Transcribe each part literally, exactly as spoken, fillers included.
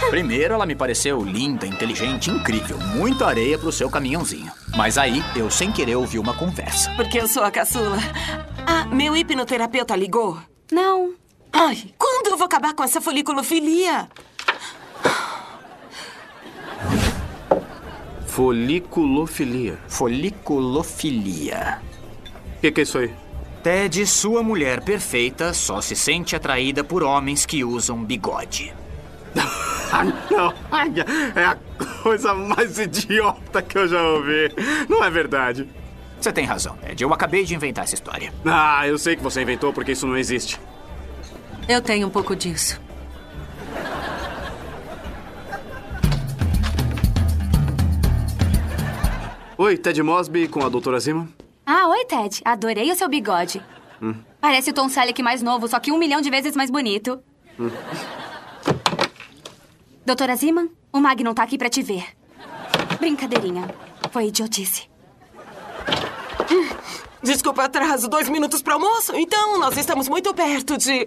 Primeiro, ela me pareceu linda, inteligente, incrível. Muita areia pro seu caminhãozinho. Mas aí, eu sem querer ouvi uma conversa. Porque eu sou a caçula. Ah, meu hipnoterapeuta ligou? Não. Ai, quando eu vou acabar com essa foliculofilia? Foliculofilia. Foliculofilia. O que, que é isso aí? Ted, sua mulher perfeita só se sente atraída por homens que usam bigode. Ah, não. É a coisa mais idiota que eu já ouvi. Não é verdade. Você tem razão, Ted. Eu acabei de inventar essa história. Ah, eu sei que você inventou porque isso não existe. Eu tenho um pouco disso. Oi, Ted Mosby com a doutora Zima. Ah, oi, Ted. Adorei o seu bigode. Hum. Parece o Tom Selleck mais novo, só que um milhão de vezes mais bonito. Hum. Doutora Zima, o Magnum tá aqui pra te ver. Brincadeirinha. Foi idiotice. Desculpa, atraso. Dois minutos pro almoço? Então, nós estamos muito perto de...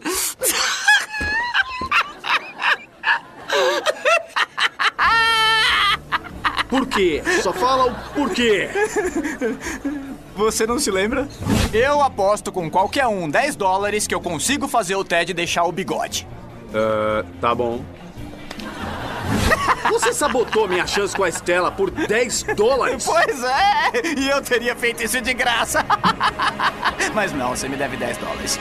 Por quê? Só fala o porquê. Você não se lembra? Eu aposto com qualquer um dez dólares que eu consigo fazer o Ted deixar o bigode. Uh, tá bom. Você sabotou minha chance com a Estela por dez dólares? Pois é! E eu teria feito isso de graça. Mas não, você me deve dez dólares.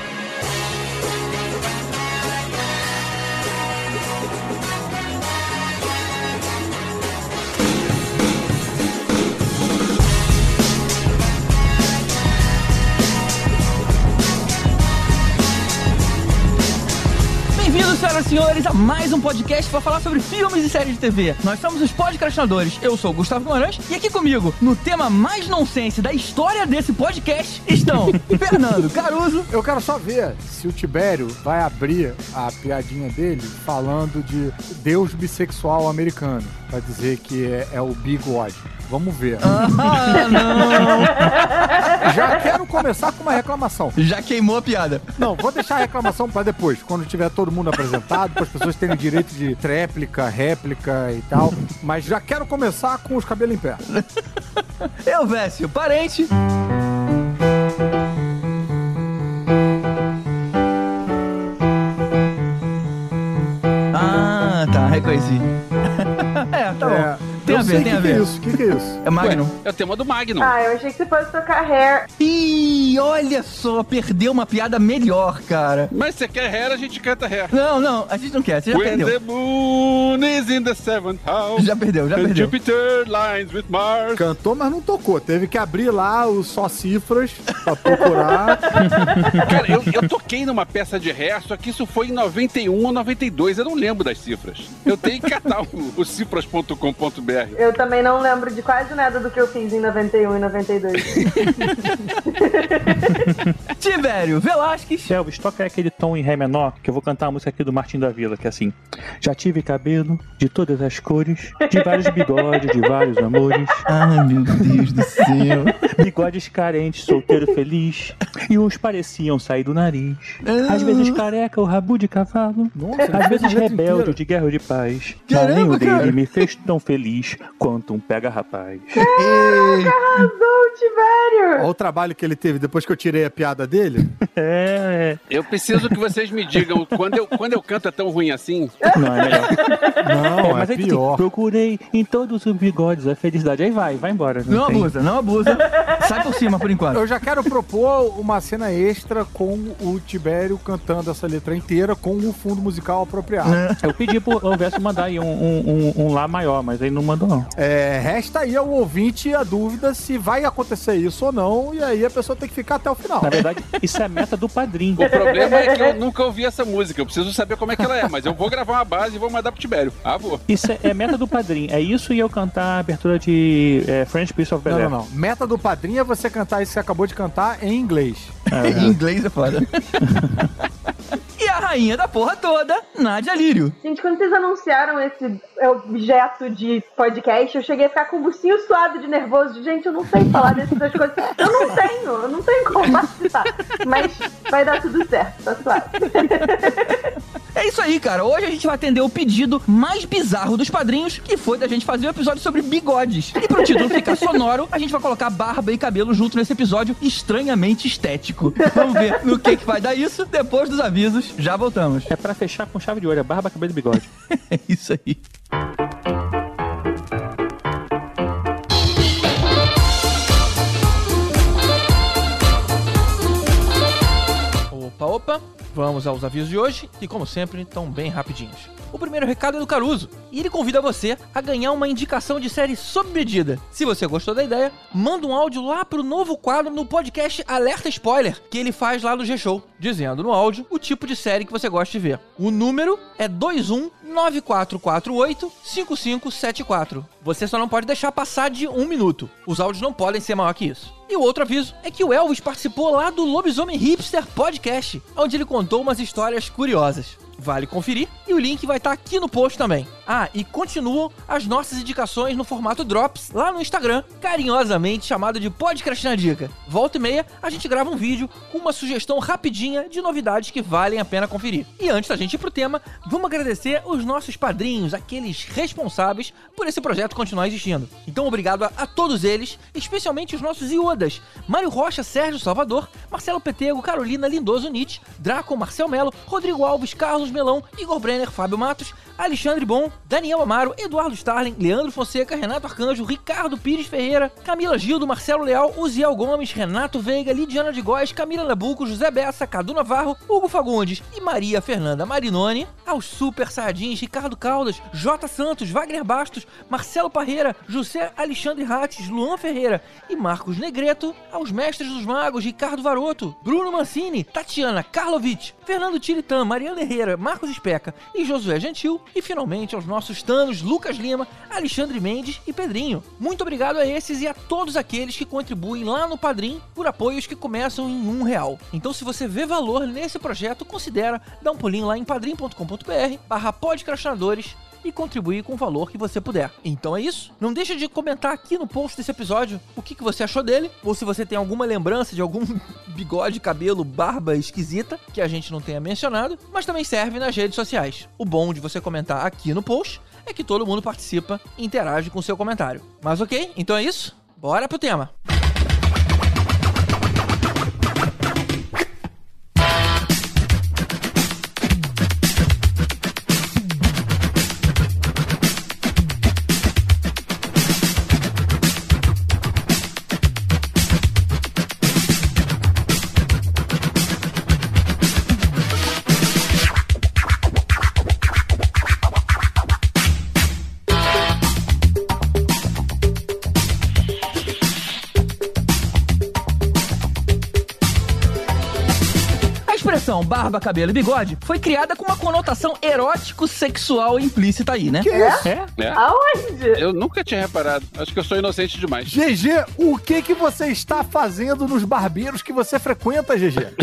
Bem-vindos, senhoras e senhores, a mais um podcast para falar sobre filmes e séries de T V. Nós somos os podcastinadores. Eu sou o Gustavo Guimarães e aqui comigo, no tema mais nonsense da história desse podcast, estão Fernando Caruso. Eu quero só ver se o Tibério vai abrir a piadinha dele falando de Deus bissexual americano, pra dizer que é, é o bigode. Vamos ver. Ah, não! Já quero começar com uma reclamação. Já queimou a piada. Não, vou deixar a reclamação pra depois, quando tiver todo mundo apresentado, para as pessoas terem direito de tréplica, réplica e tal. Mas já quero começar com os cabelos em pé. Eu, Vécio, parente. Ah, tá, reconheci. É, tá é. bom. Tem eu a ver, sei tem que a que ver. É isso? O que, que é isso? É Magnum. Ué, é o tema do Magnum. Ah, eu achei que você fosse tocar Hair. Ih, olha só, perdeu uma piada melhor, cara. Mas você quer Hair, a gente canta Hair. Não, não, a gente não quer, você já When perdeu. the moon is in the seventh house. Já perdeu, já perdeu. Jupiter lines with Mars. Cantou, mas não tocou. Teve que abrir lá os só cifras pra procurar. Cara, eu, eu toquei numa peça de Hair, só que isso foi em noventa e um ou noventa e dois, eu não lembro das cifras. Eu tenho que catar o, o cifras ponto com ponto b r. Eu também não lembro de quase nada do que eu fiz em noventa e um e noventa e dois. Tibério Velasquez. Elvis, toca aquele tom em Ré menor, que eu vou cantar a música aqui do Martim da Vila, que é assim: já tive cabelo de todas as cores, de vários bigodes, de vários amores. Ai, meu Deus do céu. Bigodes carentes, solteiro feliz, e uns pareciam sair do nariz. Às vezes careca, o rabo de cavalo. Nossa, às vezes rebelde, inteira. de guerra ou de paz. Caramba, mas nem o dele cara. me fez tão feliz quanto um pega-rapaz. Arrasou, Tibério! Olha o trabalho que ele teve depois que eu tirei a piada dele. É, Eu preciso que vocês me digam, quando eu, quando eu canto é tão ruim assim? é. Não, é melhor. Não, é, mas aí, pior. assim, procurei em todos os bigodes a felicidade. Aí vai, vai embora. Não, Não tem. abusa, não abusa. Sai por cima por enquanto. Eu já quero propor uma cena extra com o Tibério cantando essa letra inteira com o fundo musical apropriado. Eu pedi pro Alverso mandar aí um, um, um, um lá maior, mas ele não mandou não. É, resta aí ao ouvinte a dúvida se vai acontecer isso ou não, e aí a pessoa tem que ficar até o final. Na verdade, isso é meta do padrinho. O problema é que eu nunca ouvi essa música, eu preciso saber como é que ela é, mas eu vou gravar uma base e vou mandar pro Tibério. Ah, vou. Isso é, é meta do padrinho. É isso e eu cantar a abertura de é, French Prince of Não, Bel-Air. não, não. Meta do padrinho é você cantar isso que você acabou de cantar em inglês. Em inglês é foda. E a rainha da porra toda, Nádia Lírio. Gente, quando vocês anunciaram esse objeto de podcast, eu cheguei a ficar com o bucinho suado de nervoso. Gente, eu não sei falar dessas coisas. Eu não tenho, eu não tenho como participar. Mas vai dar tudo certo, tá suave. É isso aí, cara. Hoje a gente vai atender o pedido mais bizarro dos padrinhos, que foi da gente fazer um episódio sobre bigodes. E pro título ficar sonoro, a gente vai colocar barba e cabelo junto nesse episódio estranhamente estético. Vamos ver no que, que vai dar isso. Depois dos avisos, já voltamos. É pra fechar com chave de ouro, é barba, cabelo e bigode. É isso aí. Opa, opa, vamos aos avisos de hoje, que como sempre, estão bem rapidinhos. O primeiro recado é do Caruso, e ele convida você a ganhar uma indicação de série sob medida. Se você gostou da ideia, manda um áudio lá pro novo quadro no podcast Alerta Spoiler, que ele faz lá no G-Show, dizendo no áudio o tipo de série que você gosta de ver. O número é dois um nove quatro quatro oito cinco cinco sete quatro. Você só não pode deixar passar de um minuto. Os áudios não podem ser maior que isso. E o outro aviso é que o Elvis participou lá do Lobisomem Hipster Podcast, onde ele contou umas histórias curiosas. Vale conferir e o link vai estar aqui no post também. Ah, e continuam as nossas indicações no formato Drops lá no Instagram, carinhosamente chamado de Podcast na Dica. Volta e meia, a gente grava um vídeo com uma sugestão rapidinha de novidades que valem a pena conferir. E antes da gente ir pro tema, vamos agradecer os nossos padrinhos, aqueles responsáveis por esse projeto continuar existindo. Então obrigado a, a todos eles, especialmente os nossos iodas: Mário Rocha, Sérgio Salvador, Marcelo Petego, Carolina Lindoso Nietzsche, Draco, Marcel Melo, Rodrigo Alves, Carlos Melão, Igor Brenner, Fábio Matos, Alexandre Bom, Daniel Amaro, Eduardo Starling, Leandro Fonseca, Renato Arcanjo, Ricardo Pires Ferreira, Camila Gildo, Marcelo Leal, Uziel Gomes, Renato Veiga, Lidiana de Góes, Camila Nabuco, José Bessa, Cadu Navarro, Hugo Fagundes e Maria Fernanda Marinoni, aos Super Saiyajins Ricardo Caldas, J. Santos, Wagner Bastos, Marcelo Parreira, José Alexandre Rates, Luan Ferreira e Marcos Negreto, aos Mestres dos Magos Ricardo Varoto, Bruno Mancini, Tatiana Karlovic, Fernando Tiritã, Mariana Herrera, Marcos Especa e Josué Gentil, e finalmente aos nossos tanos Lucas Lima, Alexandre Mendes e Pedrinho. Muito obrigado a esses e a todos aqueles que contribuem lá no Padrim por apoios que começam em um real. Então, se você vê valor nesse projeto, considera dar um pulinho lá em padrim.com.br barra podcastinadores e contribuir com o valor que você puder. Então é isso. Não deixa de comentar aqui no post desse episódio o que, que você achou dele, ou se você tem alguma lembrança de algum bigode, cabelo, barba esquisita que a gente não tenha mencionado, mas também serve nas redes sociais. O bom de você comentar aqui no post é que todo mundo participa e interage com o seu comentário. Mas ok, então é isso. Bora pro tema. Barba, cabelo e bigode foi criada com uma conotação erótico-sexual implícita aí, né? Que isso? É? É. Aonde? Eu nunca tinha reparado. Acho que eu sou inocente demais. G G, o que que você está fazendo nos barbeiros que você frequenta, G G?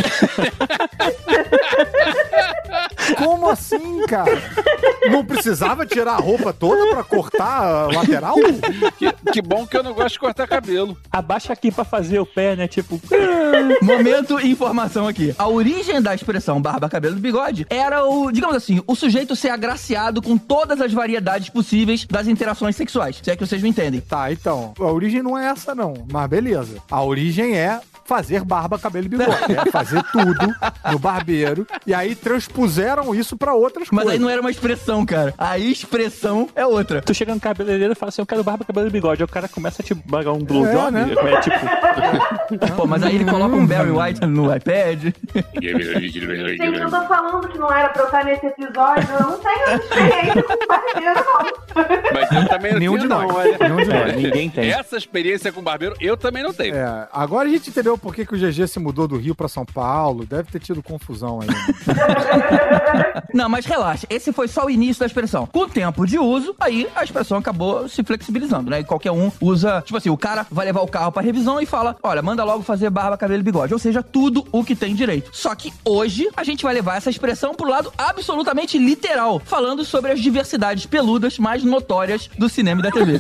Como assim, cara? Não precisava tirar a roupa toda pra cortar a lateral? Que, que bom que eu não gosto de cortar cabelo. Abaixa aqui pra fazer o pé, né? Tipo... Momento e informação aqui. A origem da expressão barba, cabelo e bigode era o, digamos assim, o sujeito ser agraciado com todas as variedades possíveis das interações sexuais. Se é que vocês me entendem. Tá, então, a origem não é essa não, mas beleza. A origem é fazer barba, cabelo e bigode. É fazer tudo no barbeiro. E aí transpuseram isso pra outras Mas coisas. aí não era uma expressão, cara. A expressão é outra. Tu chega no cabeleireiro e fala assim, eu quero barba, cabelo e bigode. Aí o cara começa a te bagar um blowjob. É, né? É tipo... Pô, mas aí ele coloca um Barry White no iPad. Gente, eu tô falando que não era pra eu estar nesse episódio. Eu não tenho experiência com barbeiro, não. Mas eu também não Nenhum tenho, de nós. não. Olha. Nenhum de nós. É, ninguém tem. Essa experiência com barbeiro, eu também não tenho. É, agora a gente entendeu por que, que o G G se mudou do Rio pra São Paulo. Deve ter tido confusão aí. Não, mas relaxa. Esse foi só o início da expressão. Com o tempo de uso, aí a expressão acabou se flexibilizando, né? E qualquer um usa... Tipo assim, o cara vai levar o carro pra revisão e fala, olha, manda logo fazer barba, cabelo e bigode. Ou seja, tudo o que tem direito. Só que hoje, a gente vai levar essa expressão pro lado absolutamente literal, falando sobre as diversidades peludas mais mais notórias do cinema e da T V.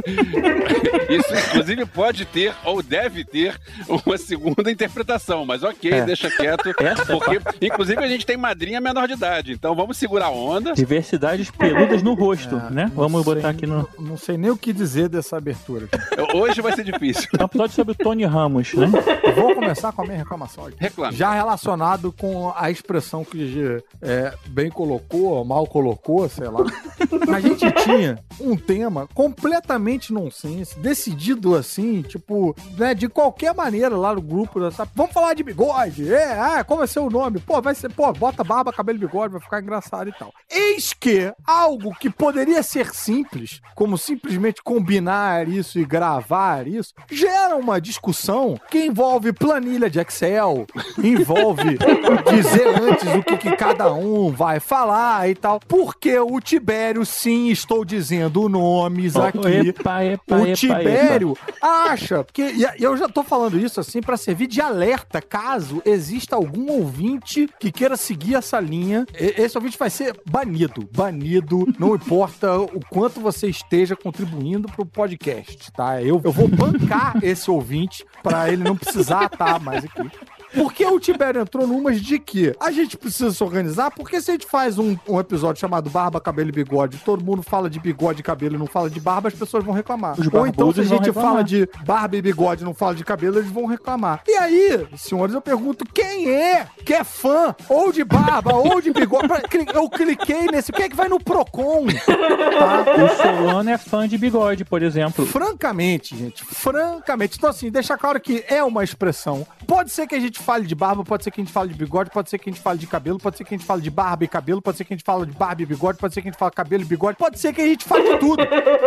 Isso, inclusive, pode ter ou deve ter uma segunda interpretação, mas ok, É. deixa quieto, Essa porque, inclusive, a gente tem madrinha menor de idade, então vamos segurar a onda. Diversidades peludas no rosto, É, né? não Vamos sei- botar aqui no... Não sei nem o que dizer dessa abertura. Hoje vai ser difícil. É um episódio sobre o Tony Ramos, né? Vou começar com a minha reclamação aqui. Reclame. Já relacionado com a expressão que é, bem colocou, ou mal colocou, sei lá. A gente tinha um tema completamente nonsense, decidido assim, tipo, né, de qualquer maneira lá no grupo, sabe? Vamos falar de bigode, é, ah, como vai ser o nome? Pô, vai ser, pô, bota barba, cabelo e bigode, vai ficar engraçado e tal. Eis que algo que poderia ser simples, como simplesmente combinar isso e gravar isso, gera uma discussão que envolve planilha de Excel, envolve dizer antes o que, que cada um vai falar e tal. Porque o Tibério, sim, estou dizendo nomes aqui. Epa, epa, O epa, Tibério acha, porque e eu já tô falando isso assim pra servir de alerta, caso exista algum ouvinte que queira seguir essa linha, e- esse ouvinte vai ser banido, banido, não importa o quanto você esteja contribuindo pro podcast, tá? Eu, eu vou bancar esse ouvinte pra ele não precisar estar mais aqui. Porque o Tibério entrou numas de que a gente precisa se organizar, porque se a gente faz um, um episódio chamado Barba, Cabelo e Bigode, todo mundo fala de bigode e cabelo e não fala de barba, as pessoas vão reclamar. Os Ou então se a barbudos vão gente reclamar. fala de barba e bigode e não fala de cabelo, eles vão reclamar. E aí, senhores, eu pergunto, quem é que é fã ou de barba ou de bigode? Pra- cli- Eu cliquei nesse, quem é que vai no Procon? Tá? O Solano é fã de bigode, por exemplo. Francamente, gente, francamente. Então, assim, deixar claro que é uma expressão. Pode ser que a gente fale de barba, pode ser que a gente fale de bigode, pode ser que a gente fale de cabelo, pode ser que a gente fale de barba e cabelo, pode ser que a gente fale de barba e bigode, pode ser que a gente fale cabelo e bigode, pode ser que a gente fale de tudo.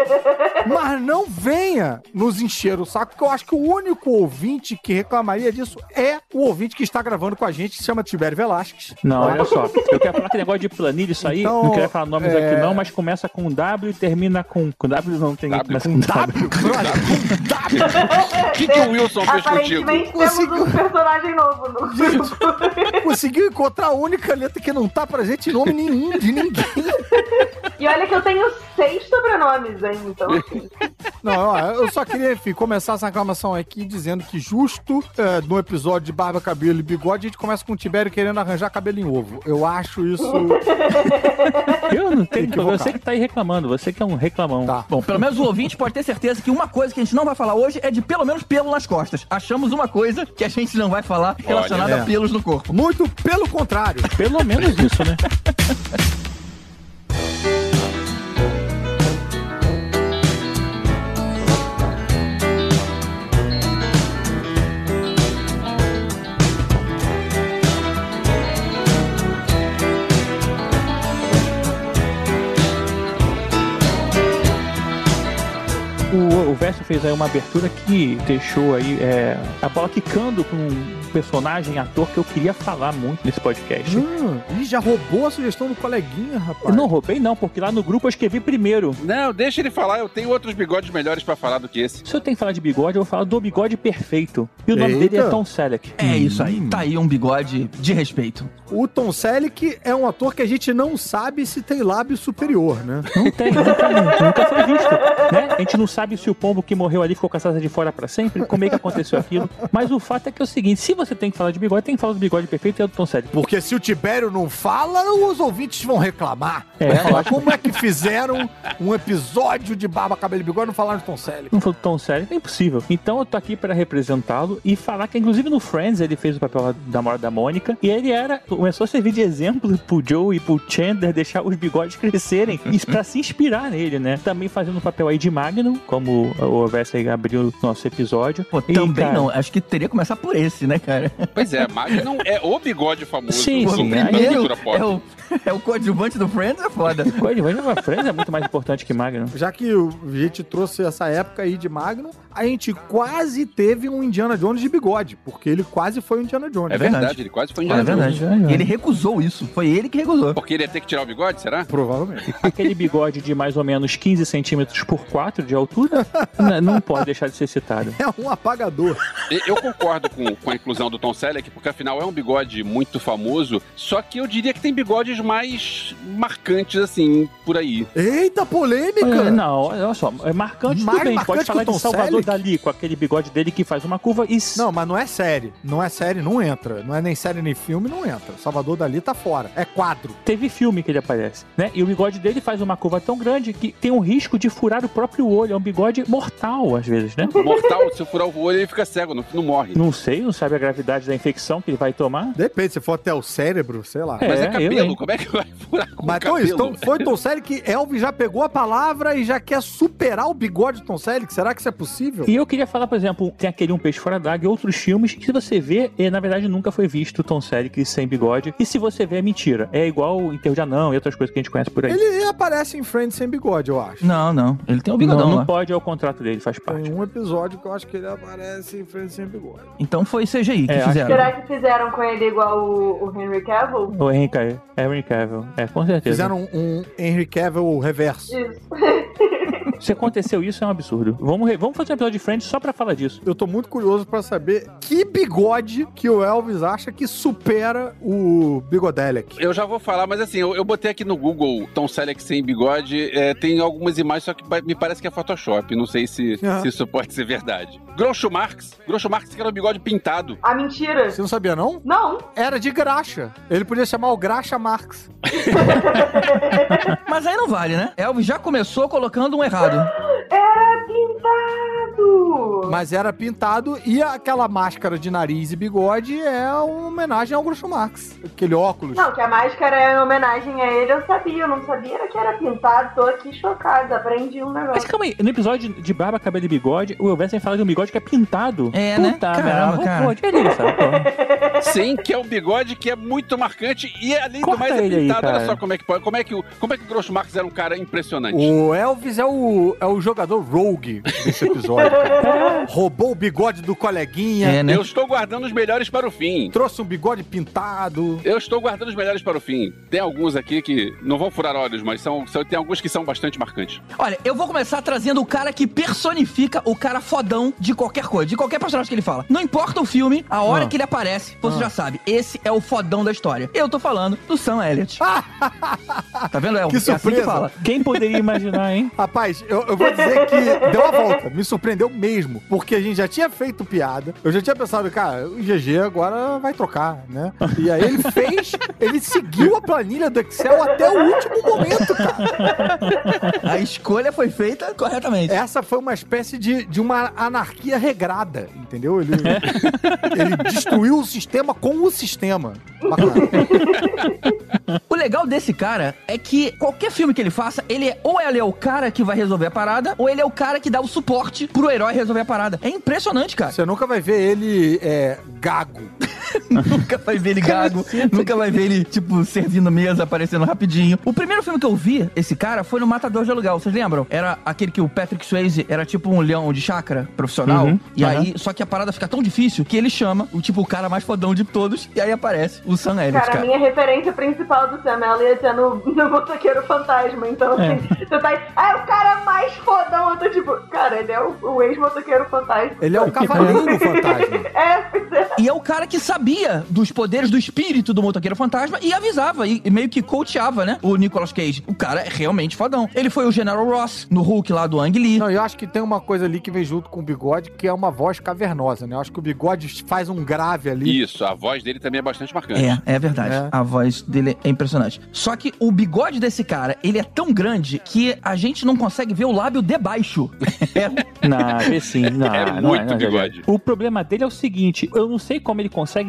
Mas não venha nos encher o saco, porque eu acho que o único ouvinte que reclamaria disso é o ouvinte que está gravando com a gente, que se chama Tibério Velasquez. Não, Tá? olha só. Eu quero falar que negócio de planilha, isso aí, Então, não quero falar nomes é- aqui não, mas começa com W e termina com... Com W não tem... W começa com com W. O que, que o Wilson fez contigo? Aparentemente temos um personagem novo no grupo. Conseguiu encontrar a única letra que não tá presente em nome nenhum de ninguém. E olha que eu tenho seis sobrenomes ainda, então assim. Não, ó, eu só queria, enfim, começar essa reclamação aqui dizendo que justo é, no episódio de barba, cabelo e bigode, a gente começa com o Tibério querendo arranjar cabelo em ovo. Eu acho isso... Eu não tenho... Equivocado. Você que tá aí reclamando, você que é um reclamão. Tá. Bom, pelo menos o ouvinte pode ter certeza que uma coisa que a gente não vai falar hoje é de pelo menos pelo nas costas. Achamos uma coisa que a gente não vai falar relacionada é. a pelos no corpo. Muito pelo contrário. Pelo menos isso, né? O, o Verso fez aí uma abertura que deixou aí é, a bola quicando com um personagem, ator que eu queria falar muito nesse podcast. Hum, ih, já roubou a sugestão do coleguinha, rapaz. Eu não roubei não, porque lá no grupo eu escrevi primeiro. Não, deixa ele falar, eu tenho outros bigodes melhores pra falar do que esse. Se eu tenho que falar de bigode, eu vou falar do bigode perfeito. E o nome Eita. dele é Tom Selleck. É isso aí, tá aí um bigode de respeito. O Tom Selleck é um ator que a gente não sabe se tem lábio superior, né? Não tem, não tem, nunca foi visto. Né? A gente não sabe se o pombo que morreu ali ficou com a asa de fora pra sempre, como é que aconteceu aquilo. Mas o fato é que é o seguinte, se você tem que falar de bigode, tem que falar do bigode perfeito e é do Tom Selleck. Porque se o Tibério não fala, os ouvintes vão reclamar. É, Vai falar, lógico. como é que fizeram um episódio de barba, cabelo e bigode e não falaram de Tom Selleck? Não foi do Tom Selleck, é impossível. Então eu tô aqui pra representá-lo e falar que, inclusive, no Friends ele fez o papel lá da Mora da Mônica e ele era, começou a servir de exemplo pro Joe e pro Chandler deixar os bigodes crescerem e pra se inspirar nele, né? Também fazendo o papel aí de Magnum, como o Wesley abriu o nosso episódio. Pô, E, também cara, não, acho que teria que começar por esse, né, cara? Pois é, Magnum é o bigode famoso Sim, do sim, da aí cultura pop. é o, é o coadjuvante do Friends, é foda. Coisa, mas o Friends é muito mais importante que Magnum. Já que o- a gente trouxe essa época aí de Magnum, a gente quase teve um Indiana Jones de bigode, porque ele quase foi um Indiana Jones. É verdade. Verdade, ele quase foi É Indiana verdade. Jones. E ele recusou isso. Foi ele que recusou. Porque ele ia ter que tirar o bigode, será? Provavelmente. Aquele bigode de mais ou menos quinze centímetros por quatro de altura n- não pode deixar de ser citado. É um apagador. E- Eu concordo com, com a inclusão do Tom Selleck, porque afinal é um bigode muito famoso, só que eu diria que tem bigodes mais marcantes, assim, por aí. Eita, polêmica! É, não, olha só, é marcante Mais tudo bem. marcante Pode que falar o Tom de Salvador Selleck? Dali, com aquele bigode dele que faz uma curva e... Não, mas não é série. Não é série, não entra. Não é nem série nem filme, não entra. Salvador Dali tá fora. É quadro. Teve filme que ele aparece, né? E o bigode dele faz uma curva tão grande que tem um risco de furar o próprio olho. É um bigode mortal, às vezes, né? Mortal, se eu furar o olho, ele fica cego, não, não morre. Não sei, não sabe a gravidade da infecção que ele vai tomar. Depende, se for até o cérebro, sei lá. É, Mas é eu, cabelo, hein? como é que vai furar com Mas o então cabelo? isso, então foi Tom Selleck que Elvis já pegou a palavra e já quer superar o bigode de Tom Selleck? Será que isso é possível? E eu queria falar, por exemplo, tem aquele Um Peixe Fora d'Água e outros filmes que, se você vê, eh, na verdade nunca foi visto o Tom Selleck sem bigode. E se você vê, é mentira. É igual o Enterro de Anão e outras coisas que a gente conhece por aí. Ele aparece em Friends sem bigode, eu acho. Não, não. Ele tem um não, bigodão não lá. pode, é o contrato dele, faz parte. Tem um episódio que eu acho que ele aparece em Friends sem bigode. Então foi C G I que É, fizeram. Será que fizeram com ele igual o, o Henry Cavill? O Henry Cavill, Henry Cavill, é, com certeza. Fizeram um, um Henry Cavill reverso. Isso. Se aconteceu isso, é um absurdo. Vamos, re- vamos fazer um episódio de Friends só pra falar disso. Eu tô muito curioso pra saber que bigode que o Elvis acha que supera o Bigodelec. Eu já vou falar, mas assim, eu, eu botei aqui no Google Tom Selleck sem bigode, é, tem algumas imagens, só que pa- me parece que é Photoshop, não sei se, Ah. se isso pode ser verdade. Groucho Marx, Groucho Marx que era um bigode pintado. Ah, mentira. Você não sabia, não? Não. Era de graxa. Ele podia chamar o Graxa Marx. Mas aí não vale, né? Elvis já começou colocando um errado. Era pintado. Mas era pintado e aquela máscara de nariz e bigode é uma homenagem ao Groucho Marx. Aquele óculos. Não, que a máscara é em homenagem a ele, eu sabia. Eu não sabia era que era pintado. Tô aqui chocada. Aprendi um Mas negócio. calma aí, no episódio de barba, cabelo e bigode, o Elvis fala de um bigode que é pintado. É, né? Puta Caramba, merda, cara. pode, beleza. pô. Sim, que é um bigode que é muito marcante e além Corta do mais é ele aí, pintado. Olha cara. só como é que pode. Como é que o, como é que o Groucho Marx era um cara impressionante. O Elvis é o, é o jogador rogue desse episódio. cara. Roubou o bigode do coleguinha, É, né? Eu estou guardando os melhores para o fim. trouxe um bigode pintado. Eu estou guardando os melhores para o fim. Tem alguns aqui que não vão furar olhos, mas são, são- tem alguns que são bastante marcantes. Olha, eu vou começar trazendo o cara que personifica o cara fodão de qualquer coisa, de qualquer personagem que ele fala. Não importa o filme, a hora Ah. que ele aparece, você Ah. já sabe. Esse é o fodão da história. Eu tô falando do Sam Elliott. Tá vendo, Elvis? Que É assim surpresa. fala. Quem poderia imaginar, hein? Rapaz, eu, eu vou dizer que deu a volta. Me surpreendeu mesmo. Porque a gente já tinha feito piada. Eu já tinha pensado, cara, o G G agora vai trocar, né? E aí ele fez, ele seguiu a planilha do Excel até o último momento, cara. A escolha foi feita corretamente. Essa foi uma espécie de, de uma anarquia regrada, entendeu? Ele, ele destruiu o sistema com o sistema. Bacana. O legal desse cara é que qualquer filme que ele faça, ele é, ou ele é o cara que vai resolver a parada, ou ele é o cara que dá o suporte pro herói resolver a parada. É impressionante, cara. Você nunca vai ver ele é, gago. Nunca vai ver ele gago, nunca vai ver ele, tipo, servindo mesa, aparecendo rapidinho. O primeiro filme que eu vi, esse cara, foi no Matador de Aluguel, vocês lembram? Era aquele que o Patrick Swayze era tipo um leão de chácara profissional. Uhum, E uhum. aí, só que a parada fica tão difícil que ele chama o tipo, o cara mais fodão de todos, e aí aparece o Sam Elliott, Cara, cara. a minha referência principal do Sam Elliott é no, no Motoqueiro Fantasma. Então, assim, você tá aí, ah, é o cara mais fodão. Eu tô tipo, cara, ele é o, o ex-Motoqueiro Fantasma. Ele é o cavalinho fantasma. É, pois é. E é o cara que sabia dos poderes do espírito do motoqueiro fantasma e avisava, e, e meio que coachava, né? O Nicolas Cage. O cara é realmente fodão. Ele foi o General Ross no Hulk lá do Ang Lee. Não, eu acho que tem uma coisa ali que vem junto com o bigode, que é uma voz cavernosa, né? Eu acho que o bigode faz um grave ali. Isso, a voz dele também é bastante marcante. É, é verdade. É. A voz dele é impressionante. Só que o bigode desse cara, ele é tão grande que a gente não consegue ver o lábio de baixo. É. Não, vê sim. Não, É não muito não bigode. O problema dele é o seguinte, eu não sei como ele consegue, mas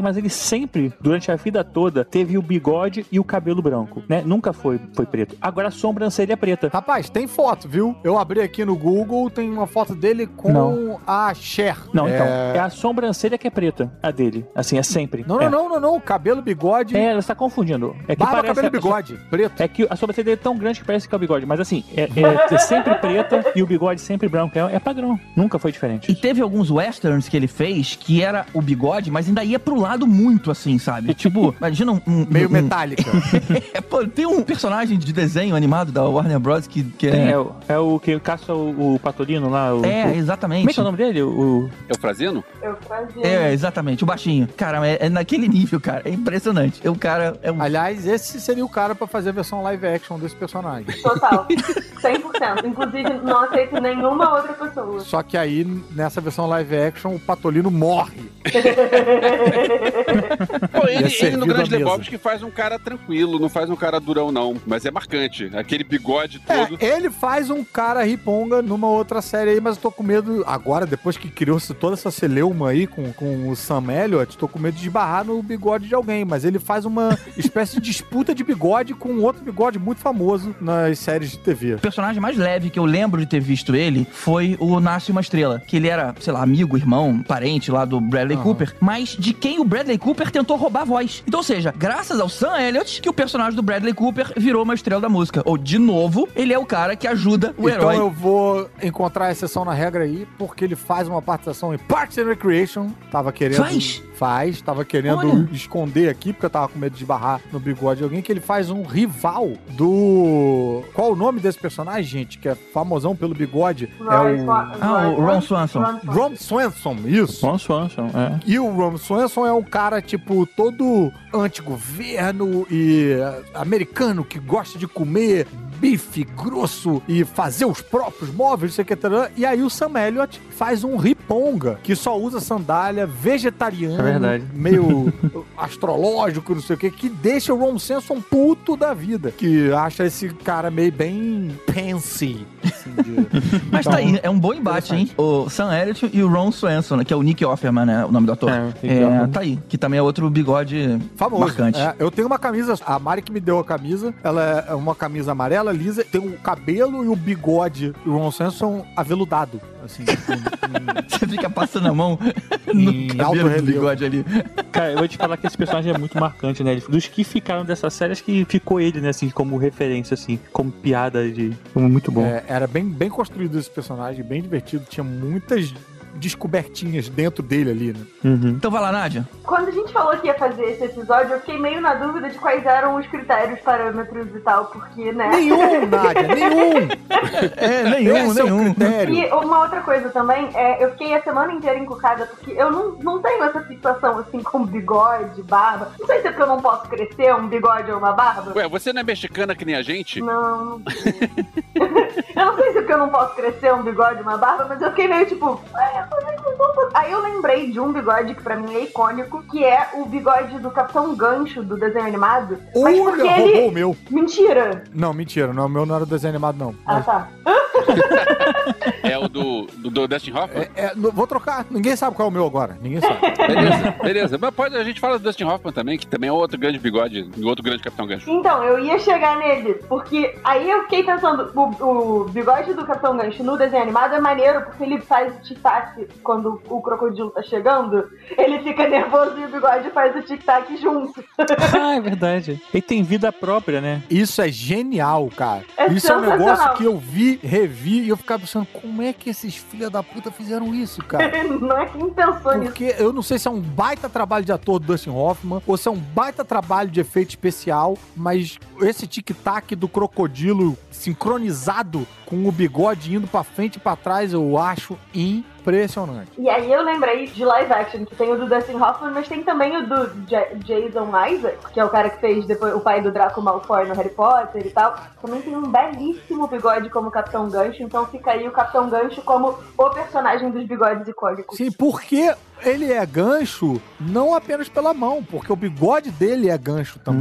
mas ele sempre, durante a vida toda, teve o bigode e o cabelo branco, né? Nunca foi, foi preto. Agora a sobrancelha é preta. Rapaz, tem foto, viu? Eu abri aqui no Google, tem uma foto dele com Não. a Cher. Não, é... então, é a sobrancelha que é preta, a dele. Assim, é sempre. Não, é. não, não, não, não. Cabelo, bigode... É, ela está confundindo. É que barba, parece cabelo, a- bigode, preto. É que a sobrancelha dele é tão grande que parece que é o bigode. Mas assim, é, é- é sempre preta e o bigode sempre branco. É, é padrão. Nunca foi diferente. E teve alguns westerns que ele fez que era o bigode, mas ainda ia pro lado muito assim, sabe? Tipo, imagina um... um Meio um, metálica. É, pô, tem um personagem de desenho animado da Warner Bros. que, que É, é... o- é o que caça o, o Patolino lá. O, É, o... exatamente. Como é que é o nome dele? O... É o Frazino? Eu fazia. É, exatamente, o baixinho. Cara, é, é naquele nível, cara. É impressionante. O cara é um... Aliás, esse seria o cara pra fazer a versão live action desse personagem. Total. cem por cento. Inclusive, não aceito nenhuma outra pessoa. Só que aí, nessa versão live action, o Patolino morre. Pô, Ia ele, ele servido no à Grande mesa. Lebowski faz um cara tranquilo, não faz um cara durão, não. Mas é marcante. Aquele bigode todo. É, ele faz um cara riponga numa outra série aí, mas eu tô com medo, agora, depois que criou-se toda essa celeuma aí com, com o Sam Elliott, tô com medo de esbarrar no bigode de alguém, mas ele faz uma espécie de disputa de bigode com outro bigode muito famoso nas séries de T V. O personagem mais leve que eu lembro de ter visto ele foi o Nasce Uma Estrela, que ele era, sei lá, amigo, irmão, parente lá do Bradley Aham. Cooper, mas de quem o Bradley Cooper tentou roubar a voz. Então, ou seja, graças ao Sam Elliott, que o personagem do Bradley Cooper virou uma estrela da música. Ou, de novo, ele é o cara que ajuda o Então herói. eu vou encontrar a exceção na regra aí, porque ele faz uma participação em Parks and Recreation. Tava querendo... Faz? Faz. Tava querendo Olha. esconder aqui, porque eu tava com medo de esbarrar no bigode de alguém, que ele faz um rival do... Qual o nome desse personagem, gente? Que é famosão pelo bigode. É o... Ah, o Ron Swanson. Ron Swanson, isso. Ron Swanson, é. E o Ron Swanson é um cara, tipo, todo antigoverno e eh, americano que gosta de comer bife grosso e fazer os próprios móveis, não sei o que, tarará. E aí o Sam Elliott faz um riponga, que só usa sandália, vegetariano, É verdade. meio astrológico, não sei o que, que deixa o Ron Swanson puto da vida, que acha esse cara meio bem fancy. Assim, de... Mas tá aí, é um bom embate, hein? O Sam Elliott e o Ron Swanson, né, que é o Nick Offerman, né, o nome do ator. É, Nick É, Offerman. tá aí, que também é outro bigode Famoso. marcante. É, eu tenho uma camisa, a Mari que me deu a camisa, ela é uma camisa amarela, lisa, tem o cabelo e o bigode do Ron Swanson aveludado, assim. em- Você fica passando a mão no Em alto cabelo do relevo. bigode ali. Cara, eu vou te falar que esse personagem é muito marcante, né? Dos que ficaram dessa série, acho que ficou ele, né? Assim, como referência, assim, como piada de... Como muito bom. É, era bem, bem construído esse personagem, bem divertido, tinha muitas descobertinhas dentro dele ali, né? Uhum. Então vai lá, Nádia. Quando a gente falou que ia fazer esse episódio, eu fiquei meio na dúvida de quais eram os critérios, parâmetros e tal, porque, né? Nenhum, Nádia, nenhum! É, nenhum, Esse é o nenhum. critério. E uma outra coisa também, é, eu fiquei a semana inteira encucada, porque eu não, não tenho essa fixação assim com bigode, barba. Não sei se é porque eu não posso crescer um bigode ou uma barba. Ué, você não é mexicana que nem a gente? Não, não sei. Eu não sei se é porque eu não posso crescer um bigode, uma barba, mas eu fiquei meio tipo, "Ué, como é que eu vou fazer?" Aí eu lembrei de um bigode que pra mim é icônico, que é o bigode do Capitão Gancho do desenho animado. Mas porque Olha, roubou ele... o meu. Mentira! Não, mentira, não, o meu não era desenho animado, não. Ah, Mas- tá. É o do, do, do Dustin Hoffman? é, é, não- vou trocar, ninguém sabe qual é o meu agora, ninguém sabe. Beleza, beleza. Mas pode, a gente fala do Dustin Hoffman também, que também é outro grande bigode, outro grande Capitão Gancho. Então, eu ia chegar nele, porque aí eu fiquei pensando, o, o bigode do Capitão Gancho no desenho animado é maneiro, porque ele faz o tic-tac quando o crocodilo tá chegando, ele fica nervoso e o bigode faz o tic-tac junto. Ah, é verdade. Ele tem vida própria, né? Isso é genial, cara. É Isso é um sensacional. negócio que eu vi, revi, e eu ficava pensando, como é que esses filha da puta fizeram isso, cara? Não é quem pensou nisso. Porque eu não sei se é um baita trabalho de ator do Dustin Hoffman ou se é um baita trabalho de efeito especial, mas esse tic-tac do crocodilo sincronizado com o bigode indo pra frente e pra trás, eu acho impressionante. E aí eu lembrei de live action, que tem o do Dustin Hoffman, mas tem também o do J- Jason Isaac, que é o cara que fez depois o pai do Draco Malfoy no Harry Potter e tal. Também tem um belíssimo bigode como Capitão Gancho, então fica aí o Capitão Gancho como o personagem dos bigodes icônicos. Sim, porque ele é gancho não apenas pela mão, porque o bigode dele é gancho também.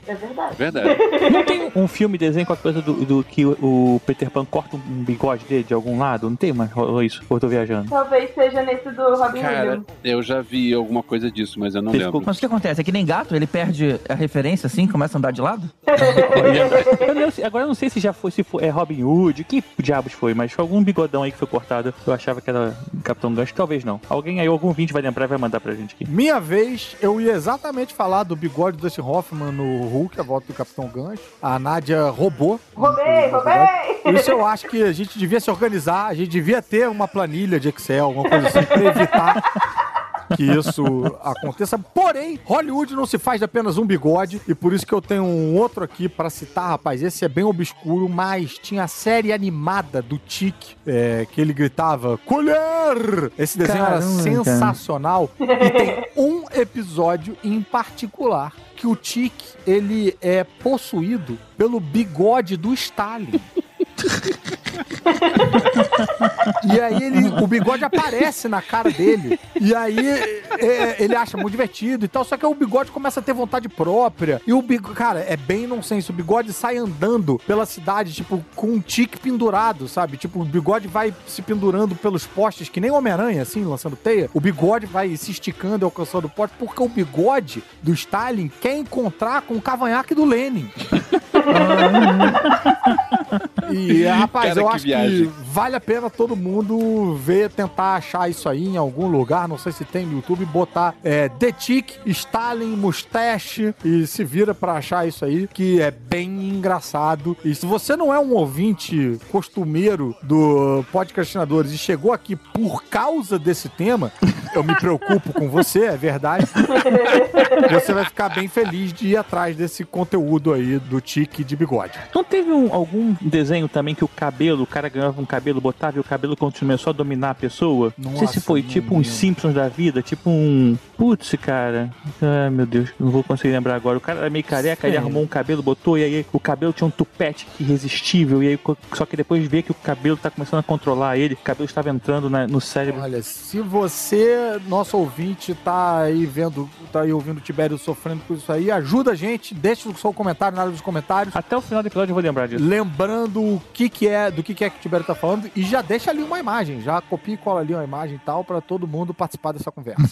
É verdade. Verdade. Não tem um filme, desenho, qualquer coisa do, do que o, o Peter Pan corta um bigode dele de algum lado? Não tem mais rolou isso? Ou eu tô viajando? Talvez seja nesse do Robin Cara, Williams. eu já vi alguma coisa disso, mas eu não Você lembro. Mas o que acontece? É que nem gato, ele perde a referência assim, começa a andar de lado? Eu não sei- agora eu não sei se já foi, se foi é Robin Hood, que diabos foi, mas foi algum bigodão aí que foi cortado. Eu achava que era Capitão Gancho, talvez não. Alguém aí, algum vinte vai lembrar e vai mandar pra gente aqui. Minha vez, eu ia exatamente falar do bigode do Dustin Hoffman no Hulk, a volta do Capitão Gancho. A Nádia roubou. Roubei, roubei! Por isso eu acho que a gente devia se organizar, a gente devia ter uma planilha de Excel, alguma coisa assim, pra evitar que isso aconteça. Porém, Hollywood não se faz de apenas um bigode, e por isso que eu tenho um outro aqui pra citar, rapaz. Esse é bem obscuro, mas tinha a série animada do Tic, é, que ele gritava, colher! Esse desenho Caramba, era sensacional. E tem um episódio em particular que o Tic, ele é possuído pelo bigode do Stalin. E aí ele, o bigode aparece na cara dele. E aí é, ele acha muito divertido e tal. Só que o bigode começa a ter vontade própria. E o bigode, cara, é bem nonsense. O bigode sai andando pela cidade, tipo, com um tique pendurado, sabe? Tipo, o bigode vai se pendurando pelos postes, que nem o Homem-Aranha, assim, lançando teia. O bigode vai se esticando e alcançando o poste, porque o bigode do Stalin quer encontrar com o cavanhaque do Lenin. E, rapaz, Cara, eu que acho viagem. que vale a pena todo mundo ver, tentar achar isso aí em algum lugar, não sei se tem no YouTube, botar é, The Tick, Stalin, Mustache e se vira pra achar isso aí, que é bem engraçado. E se você não é um ouvinte costumeiro do Podcastinadores e chegou aqui por causa desse tema, eu me preocupo com você, é verdade. Você vai ficar bem feliz de ir atrás desse conteúdo aí do tique de bigode. Não teve um- algum desenho também que o cabelo, o cara ganhava um cabelo, botava e o cabelo começou a dominar a pessoa? não sei se Nossa, foi não tipo uns lembro. Simpsons da vida, tipo um... Putz, cara. Ai, meu Deus, não vou conseguir lembrar agora. O cara era meio careca, ele Sim. arrumou um cabelo, botou, e aí o cabelo tinha um tupete irresistível, e aí co- só que depois vê que o cabelo tá começando a controlar ele, o cabelo estava entrando na- no cérebro. Olha, se você, nosso ouvinte, tá aí vendo, tá aí ouvindo o Tibério sofrendo com isso aí, ajuda a gente, deixa o seu comentário na área dos comentários, Até o final do episódio eu vou lembrar disso. lembrando o que que é, do que que é que o Tibério tá falando, e já deixa ali uma imagem, já copia e cola ali uma imagem e tal, pra todo mundo participar dessa conversa.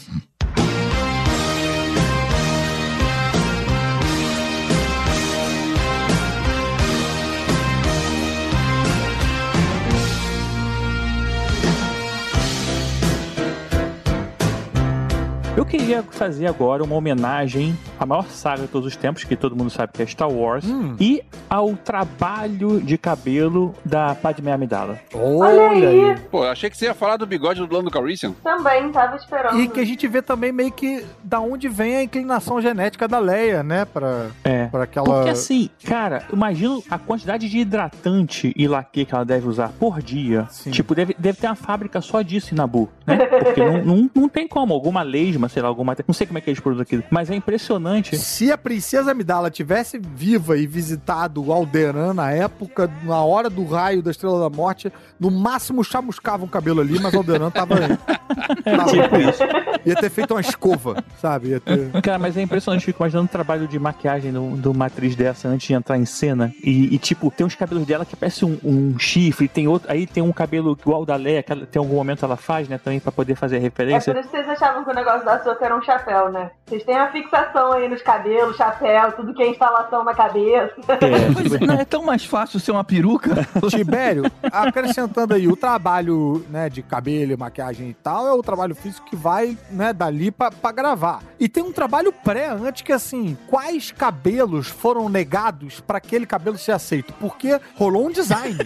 Eu queria fazer agora uma homenagem à maior saga de todos os tempos, que todo mundo sabe que é Star Wars, Hum. e ao trabalho de cabelo da Padmé Amidala. Olha aí. Pô, eu achei que você ia falar do bigode do Lando Calrissian. Também, tava esperando. E que a gente vê também meio que da onde vem a inclinação genética da Leia, né, pra, É. pra aquela... Porque assim, cara, imagina a quantidade de hidratante e laque que ela deve usar por dia. Sim. Tipo, deve, deve ter uma fábrica só disso em Nabu, né? Porque não, não, não tem como, alguma lesma, sei lá, alguma... Não sei como é que eles produzem aquilo, mas é impressionante. Se a Princesa Amidala tivesse viva e visitado Alderaan na época, na hora do raio da Estrela da Morte, no máximo chamuscava um cabelo ali, mas Alderaan tava... tava Tipo isso. ia ter feito uma escova, sabe? Ia ter... Cara, mas é impressionante, fico imaginando o trabalho de maquiagem do- de uma atriz dessa antes de entrar em cena. E, e, tipo, tem uns cabelos dela que parece um, um chifre, tem outro, aí tem um cabelo igual o da Leia, que ela- tem algum momento ela faz, né, também pra poder fazer É referência. por isso que vocês achavam que o negócio da Ahsoka era um chapéu, né? Vocês têm a fixação aí nos cabelos, chapéu, tudo que é instalação na cabeça. É, Pois é, não é tão mais fácil ser uma peruca? Tibério, acrescentando aí, o trabalho, né, de cabelo, e maquiagem e tal, é o trabalho físico que vai, né, dali pra, pra gravar. E tem um trabalho pré, antes que, assim, quais cabelos foram negados pra aquele cabelo ser aceito? Porque rolou um design.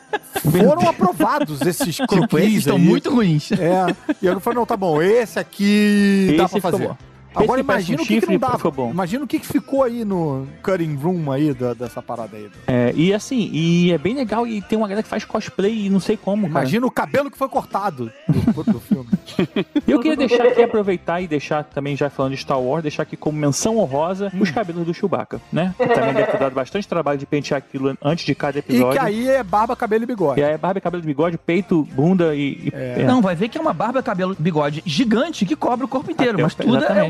Foram aprovados esses Tipo, croquis esses estão aí. muito ruins. É, e eu falei, não, tá bom, esse aqui dá Esse pra fazer. ficou bom. Agora Esse parece imagina um o que, que chifre, não dava. ficou bom. Imagina o que, que ficou aí no cutting room aí da- dessa parada aí. É, e assim, e é bem legal, e tem uma galera que faz cosplay e não sei como, cara. Imagina o cabelo que foi cortado do, do filme. Eu queria deixar aqui, aproveitar e deixar também, já falando de Star Wars, deixar aqui como menção honrosa os cabelos do Chewbacca, né? Que também deve ter dado bastante trabalho de pentear aquilo antes de cada E episódio. que aí é barba, cabelo e bigode. E aí é barba, cabelo de bigode, peito, bunda e... e- é. Não, vai ver que é uma barba, cabelo, bigode gigante que cobre o corpo inteiro, Até- mas tudo é um exatamente.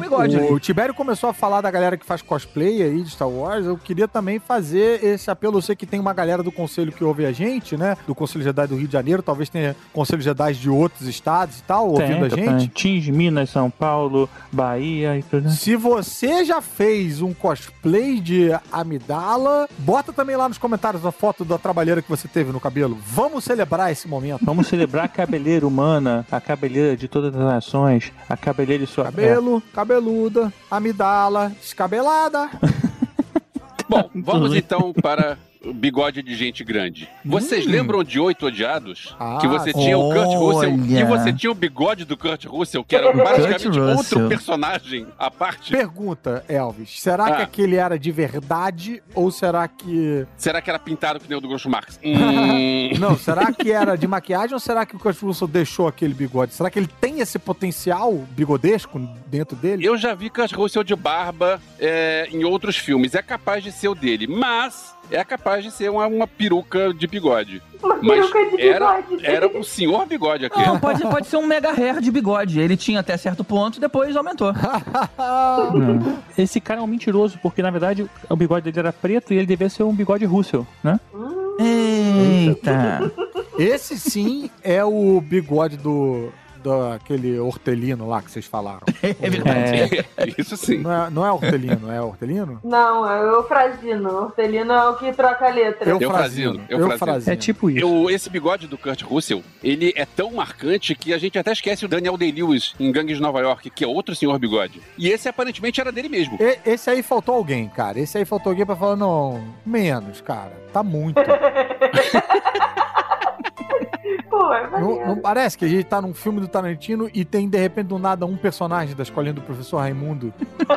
bigode o ali. Tibério começou a falar da galera que faz cosplay aí de Star Wars. Eu queria também fazer esse apelo. Eu sei que tem uma galera do Conselho que ouve a gente, né? Do Conselho Jedi do Rio de Janeiro. Talvez tenha Conselho Jedi de outros estados e tal, Tem, ouvindo a tem. gente. Tins, Minas, São Paulo, Bahia e tudo. Se você já fez um cosplay de Amidala, bota também lá nos comentários a foto da trabalheira que você teve no cabelo. Vamos celebrar esse momento. Vamos celebrar a cabeleira humana, a cabeleira de todas as nações, a cabeleira de sua... Cabelo, cabeluda, Amidala, descabelada. Bom, vamos então para o bigode de gente grande. Vocês Hum. lembram de Oito Odiados? Ah, que você tinha o Kurt Russell olha. e você tinha o bigode do Kurt Russell, que era basicamente Kurt outro Russell. personagem à parte. Pergunta, Elvis, será Ah. que aquele era de verdade ou será que... Será que era pintado que nem o do Groucho Marx? Hum... Não, será que era de maquiagem ou será que o Kurt Russell deixou aquele bigode? Será que ele tem esse potencial bigodesco dentro dele? Eu já vi Kurt Russell de barba é, em outros filmes. É capaz de ser o dele, mas é capaz de ser uma, uma peruca de bigode. Uma Mas peruca de era, bigode. era o senhor bigode aqui. Não, pode, pode ser um mega hair de bigode. Ele tinha até certo ponto, depois aumentou. Não. Esse cara é um mentiroso, porque na verdade o bigode dele era preto e ele devia ser um bigode Russell, né? Eita. Esse sim é o bigode do... daquele hortelino lá que vocês falaram. É verdade. É, isso sim. Não é, não é hortelino, é hortelino? Não, é o Eufrazino. O Hortelino é o que troca a letra. Eufrazino, Eufrazino. É tipo isso. Eu, esse bigode do Kurt Russell, ele é tão marcante que a gente até esquece o Daniel Day-Lewis em Gangues de Nova York, que é outro senhor bigode. E esse aparentemente era dele mesmo. E- esse aí faltou alguém, cara. Esse aí faltou alguém pra falar, não, menos, cara. Tá muito. Pô, é Não, maneiro. não parece que a gente tá num filme do Tarantino e tem, de repente, do nada, um personagem da escolinha do professor Raimundo?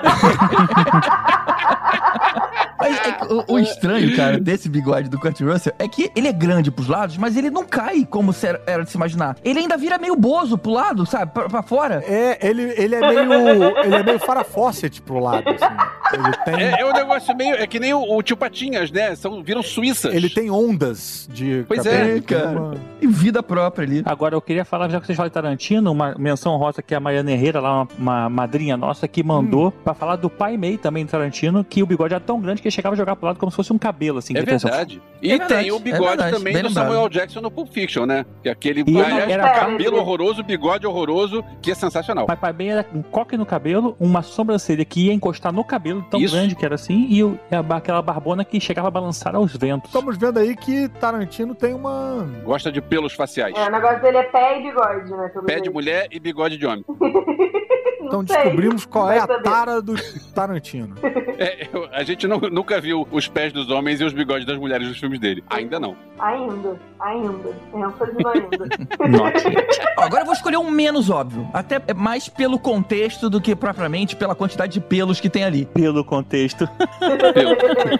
Mas é que o, o estranho, cara, desse bigode do Kurt Russell é que ele é grande pros lados, mas ele não cai como se era, era de se imaginar. Ele ainda vira meio bozo pro lado, sabe? Pra, pra fora. É, ele, ele é meio. Ele é meio Farrah Fawcett pro lado, assim. Ele tem. É, é um negócio meio... É que nem o, o Tio Patinhas, né? São, viram suíças. Ele tem ondas de. Pois cabelo, é, tem cara. uma- E vida própria ali. Agora, eu queria falar, já que vocês falam de Tarantino, uma menção rosa que é a Mariana Herrera, lá, uma, uma madrinha nossa, que mandou Hum. pra falar do pai Mei também do Tarantino, que o bigode era tão grande que ele chegava a jogar pro lado como se fosse um cabelo, assim. É que ele tem- verdade. E É verdade, tem o é bigode verdade, também bem do lembrado. Samuel Jackson no Pulp Fiction, né? Que é aquele E aliás, era- cabelo horroroso, bigode horroroso, que é sensacional. Mas pai Mei era um coque no cabelo, uma sobrancelha que ia encostar no cabelo, tão Isso. grande que era assim, e o- e a- aquela barbona que chegava a balançar aos ventos. Estamos vendo aí que Tarantino tem uma. Gosta de pelos faciais. É, o negócio dele é pé e bigode, né? Pelo Pé de jeito. mulher e bigode de homem. Então Não sei. descobrimos qual Vai é a saber. tara do Tarantino. É, eu- a gente não- nunca viu os pés dos homens e os bigodes das mulheres nos filmes dele. Ainda não. Ainda, ainda. ênfase no ainda. Note. Ó, agora eu vou escolher um menos óbvio. Até mais pelo contexto do que propriamente pela quantidade de pelos que tem ali. Pelo contexto. Pelo.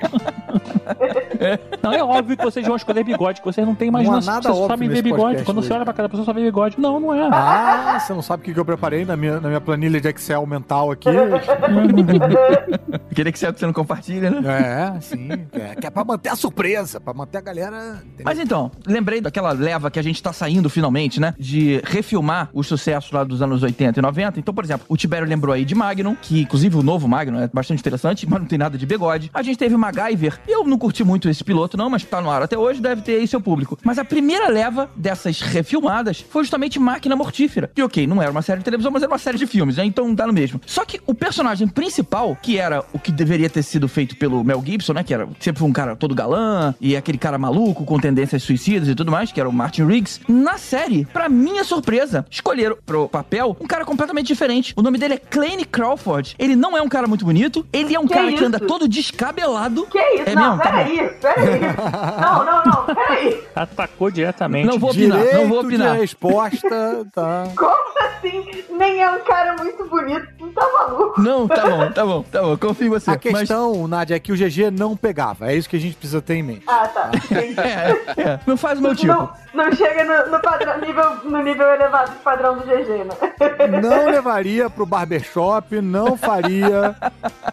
Não, é óbvio que vocês vão escolher bigode, que vocês não têm mais Não há noção, nada vocês só óbvio sabem ver nesse bigode. podcast Quando você hoje. olha pra cada pessoa, só vê bigode. Não, não é. Ah, você não sabe o que que eu preparei na minha, na minha planilha de Excel mental aqui? Queria que você não compartilha, né? É, sim. É, que é pra manter a surpresa, pra manter a galera. entendeu? Mas então, lembrei daquela leva que a gente tá saindo finalmente, né? De refilmar os sucessos lá dos anos oitenta e noventa. Então, por exemplo, o Tibério lembrou aí de Magnum, que inclusive o novo Magnum é bastante interessante, mas não tem nada de bigode. A gente teve MacGyver. Eu não curti muito esse piloto, não, mas tá no ar até hoje, deve ter aí seu público. Mas a primeira leva dessas refilmadas foi justamente Máquina Mortífera. E ok, não era uma série de televisão, mas era uma série de filmes, né? Então dá no mesmo. Só que o personagem principal, que era o que deveria ter sido feito pelo Mel Gibson, né? Que era sempre foi um cara todo galã e aquele cara maluco com tendências suicidas e tudo mais, que era o Martin Riggs. Na série, pra minha surpresa, escolheram pro papel um cara completamente diferente. O nome dele é Clancy Crawford. Ele não é um cara muito bonito, ele é um Que cara que isso? anda todo descabelado. Que isso? É não, mesmo? Tá bom. peraí, peraí. Não, não, não, peraí. Atacou diretamente. Não vou opinar, Direito não vou opinar. de resposta, tá. Como assim? Nem é um cara muito bonito. Não tá maluco? Não, tá bom, tá bom, tá bom, confio em você. A questão, Nádia, é que o G G não pegava. É isso que a gente precisa ter em mente. Ah, tá. Entendi. Mas, é, é, não faz o meu tipo. Não, não chega no, no padrão, nível, no nível elevado de padrão do G G, né? Não levaria pro barbershop, não faria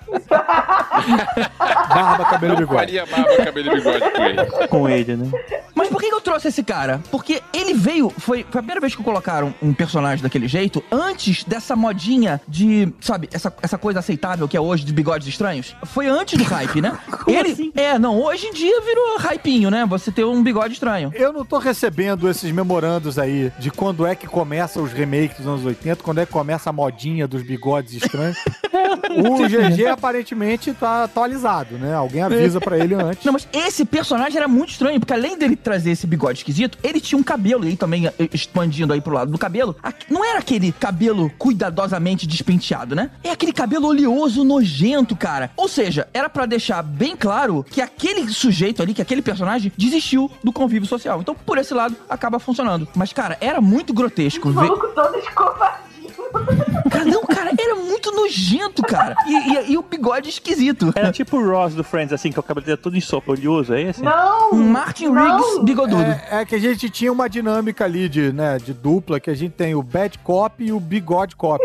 barba, cabelo e Não bigode. faria barba, cabelo e bigode com ele. Com ele, né? Mas por que eu trouxe esse cara? Porque ele veio, foi, foi a primeira vez que colocaram um personagem daquele jeito, antes dessa modinha de, sabe, essa, essa coisa aceitável que é hoje de bigodes estranhos. Foi antes do hype, né? Como ele, assim? É, não, hoje em dia virou hypinho, né? Você ter um bigode estranho. Eu não tô recebendo esses memorandos aí de quando é que começa os remakes dos anos oitenta, quando é que começa a modinha dos bigodes estranhos. O G G aparentemente tá atualizado, né? Alguém avisa pra ele antes. Não, mas esse personagem era muito estranho, porque além dele trazer esse bigode esquisito, ele tinha um cabelo, e aí também eh, expandindo aí pro lado do cabelo, aqui- não era aquele cabelo cuidadosamente despenteado, né? É aquele cabelo oleoso, nojento, cara. Ou seja, era pra deixar bem claro que aquele sujeito ali, que aquele personagem, desistiu do convívio social. Então, por esse lado, acaba funcionando. Mas, cara, era muito grotesco O ver... maluco todo escovadinho. Cara, não, cara, era muito nojento, cara. E, e- e o bigode esquisito. Era tipo o Ross do Friends, assim, que o cabelo dele é todo em sopa oleoso, é esse? Não! Um Martin não. Riggs bigodudo. É, é que a gente tinha uma dinâmica ali de, né, de dupla, que a gente tem o bad cop e o bigode cop.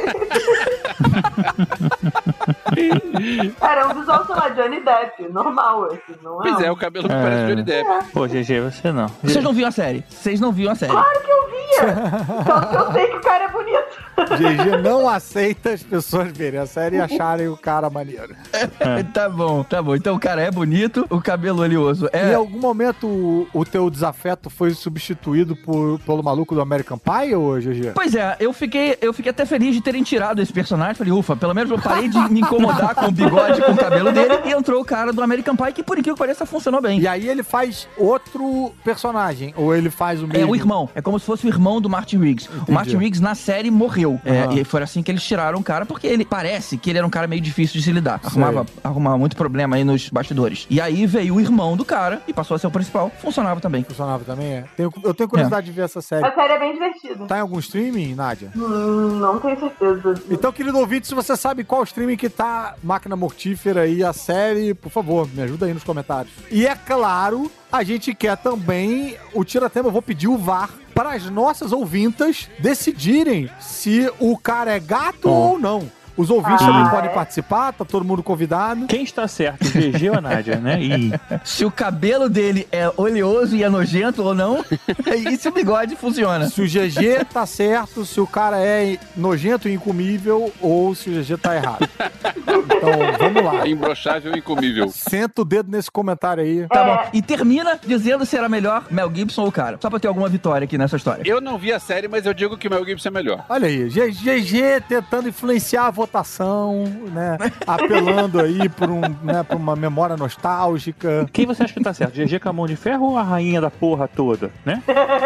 Cara, é um visual, sei lá, Johnny Depp, normal, assim, não é? Pois é, um- o cabelo que parece Johnny Depp. Pô, G G, você não. Vocês não viram a série? Vocês não viram a série? Claro que eu via! Só que eu sei que o cara é bonito. G G não aceita as pessoas verem a série e acharem o cara maneiro. Tá bom, tá bom. Então o cara é bonito, o cabelo oleoso Em é... algum momento o, o teu desafeto foi substituído por, pelo maluco do American Pie, ou G G? Pois é, eu fiquei, eu fiquei até feliz de terem tirado esse personagem. Falei, ufa, pelo menos eu parei de me incomodar com o bigode, com o cabelo dele. E entrou o cara do American Pie, que por incrível que pareça, funcionou bem. E aí ele faz outro personagem, ou ele faz o É mesmo? o irmão, é como se fosse o irmão do Martin Riggs. O Martin Riggs na série morreu. É, Aham. e foi assim que eles tiraram o cara, porque ele parece que ele era um cara meio difícil de se lidar. Arrumava, arrumava muito problema aí nos bastidores. E aí veio o irmão do cara e passou a ser o principal. Funcionava também. Funcionava também, é? Tenho- eu tenho curiosidade de ver essa série. A série é bem divertida. Tá em algum streaming, Nádia? Hum, não tenho certeza. Então, querido ouvinte, se você sabe qual streaming que tá Máquina Mortífera e a série, por favor, me ajuda aí nos comentários. E é claro, a gente quer também o Tiratema. Eu vou pedir o V A R para as nossas ouvintas decidirem se o cara é gato ou não. Os ouvintes Ah, também é? podem participar, tá todo mundo convidado. Quem está certo, G G ou a Nádia, né? E Se o cabelo dele é oleoso e é nojento ou não, e se o bigode funciona. Se o G G tá certo, se o cara é nojento e incomível, ou se o G G tá errado. Então, vamos lá. É imbrochável e incomível. Senta o dedo nesse comentário aí. Tá bom. E termina dizendo se era melhor Mel Gibson ou o cara. Só pra ter alguma vitória aqui nessa história. Eu não vi a série, mas eu digo que o Mel Gibson é melhor. Olha aí, G G tentando influenciar a votação, né? Apelando aí por, um, né, por uma memória nostálgica. quem você acha que tá certo? G G com a mão de ferro ou a rainha da porra toda, né?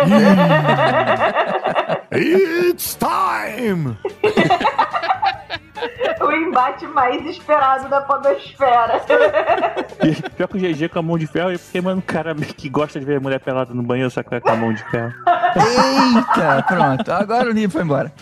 It's time! O embate mais esperado da podosfera. E pior que o G G com a mão de ferro, porque, mano, um cara que gosta de ver mulher pelada no banheiro, saca com a mão de ferro. Eita, pronto. Agora o Nipo foi embora.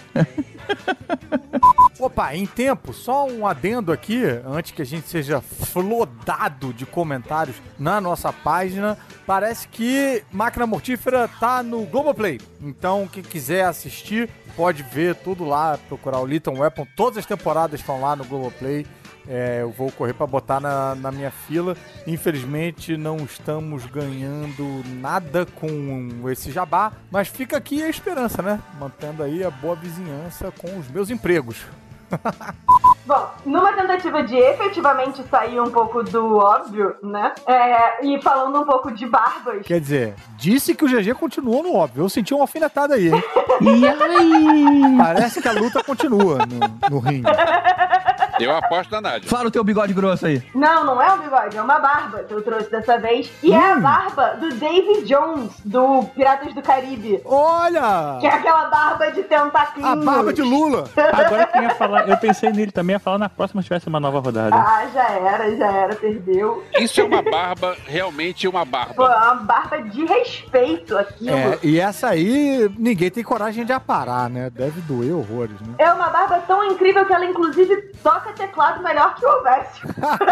Opa, em tempo, só um adendo aqui, antes que a gente seja flodado de comentários na nossa página. Parece que Máquina Mortífera tá no Globoplay. Então, quem quiser assistir, pode ver tudo lá, procurar o Little Weapon. Todas as temporadas estão lá no Globoplay. É, eu vou correr para botar na, na minha fila. Infelizmente, não estamos ganhando nada com esse jabá, mas fica aqui a esperança, né? Mantendo aí a boa vizinhança com os meus empregos. Bom, numa tentativa de efetivamente sair um pouco do óbvio, né? É, e falando um pouco de barbas. Quer dizer, disse que o G G continuou no óbvio. Eu senti uma alfinetada aí, hein? E aí? Parece que a luta continua no, no ringue. Eu aposto na Nádia. Fala o teu bigode grosso aí. Não, não é um bigode, é uma barba que eu trouxe dessa vez. E é a barba do Davy Jones, do Piratas do Caribe. Olha! Que é aquela barba de tentaquinhos. A barba de Lula! Agora quem ia falar, eu pensei nele também, ia falar na próxima se tivesse uma nova rodada. Ah, já era, já era, perdeu. Isso é uma barba, realmente uma Pô, barba. é uma barba de respeito aquilo. É, e essa aí, ninguém tem coragem de aparar, né? Deve doer horrores, né? É uma barba tão incrível que ela, inclusive, toca teclado melhor que o Vécio.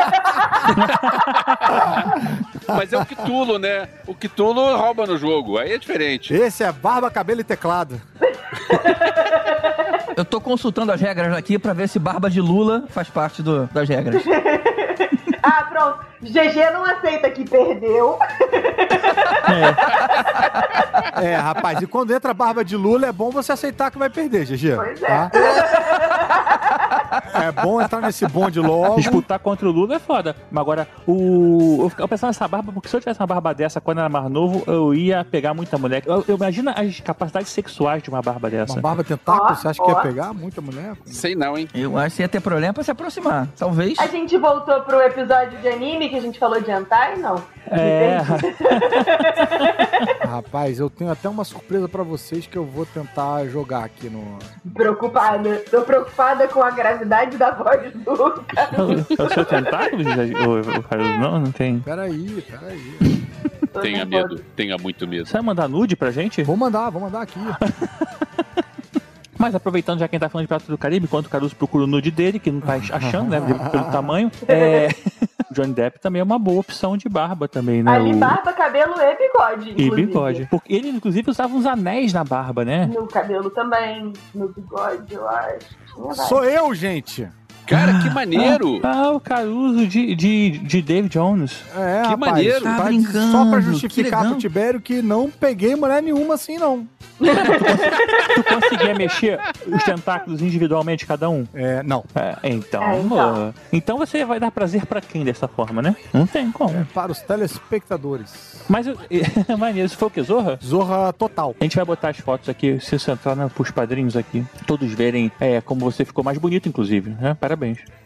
Mas é o Cthulhu, né? O Cthulhu rouba no jogo, aí é diferente. Esse é barba, cabelo e teclado. Eu tô consultando as regras aqui pra ver se barba de Lula faz parte do- das regras. Ah, pronto. G G não aceita que perdeu. É. É, rapaz, e quando entra a barba de Lula, é bom você aceitar que vai perder, G G. Pois é. Tá? É bom entrar nesse bonde logo. Disputar contra o Lula é foda. Mas agora, o... eu ficava pensando nessa barba, porque se eu tivesse uma barba dessa quando eu era mais novo, eu ia pegar muita mulher. Eu, eu imagino as capacidades sexuais de uma barba dessa. Uma barba tentáculo, Ó, você acha ó. que ia pegar muita mulher? Sei não, hein? Eu acho que ia ter problema pra se aproximar. Talvez. A gente voltou pro episódio de anime que a gente falou de hentai, não? É. Rapaz, eu tenho até uma surpresa pra vocês que eu vou tentar jogar aqui no... Preocupada. Tô preocupada com a gravidade da voz do cara. É o seu tentáculo, o Carlos? Não, não tem. Peraí, peraí. Tenha medo, tenha muito medo. Você vai mandar nude pra gente? Vou mandar, vou mandar aqui. Mas aproveitando, já que a gente tá falando de Piratas do Caribe, enquanto o Caruso procura o nude dele, que não tá achando, né, pelo tamanho, é... Johnny Depp também é uma boa opção de barba também, né? Ali, o... barba, cabelo e bigode, E inclusive. bigode. Porque ele, inclusive, usava uns anéis na barba, né? No cabelo também, no bigode, eu acho. Tinha Sou eu, gente! Cara, que maneiro! Ah, o Caruso de, de, de Dave Jones. É, Que rapaz, maneiro. pra- Tá brincando, só pra que justificar legal. pro Tibério que não peguei mulher nenhuma assim, não. Tu conseguia mexer os tentáculos individualmente, cada um? É, não. É, então, É, então. ó, então você vai dar prazer pra quem dessa forma, né? Não tem como. É para os telespectadores. Mas, eu- maneiro, isso foi o que, Zorra? Zorra total. A gente vai botar as fotos aqui, se você entrar né, pros padrinhos aqui, todos verem é, como você ficou mais bonito, inclusive, né? Parabéns.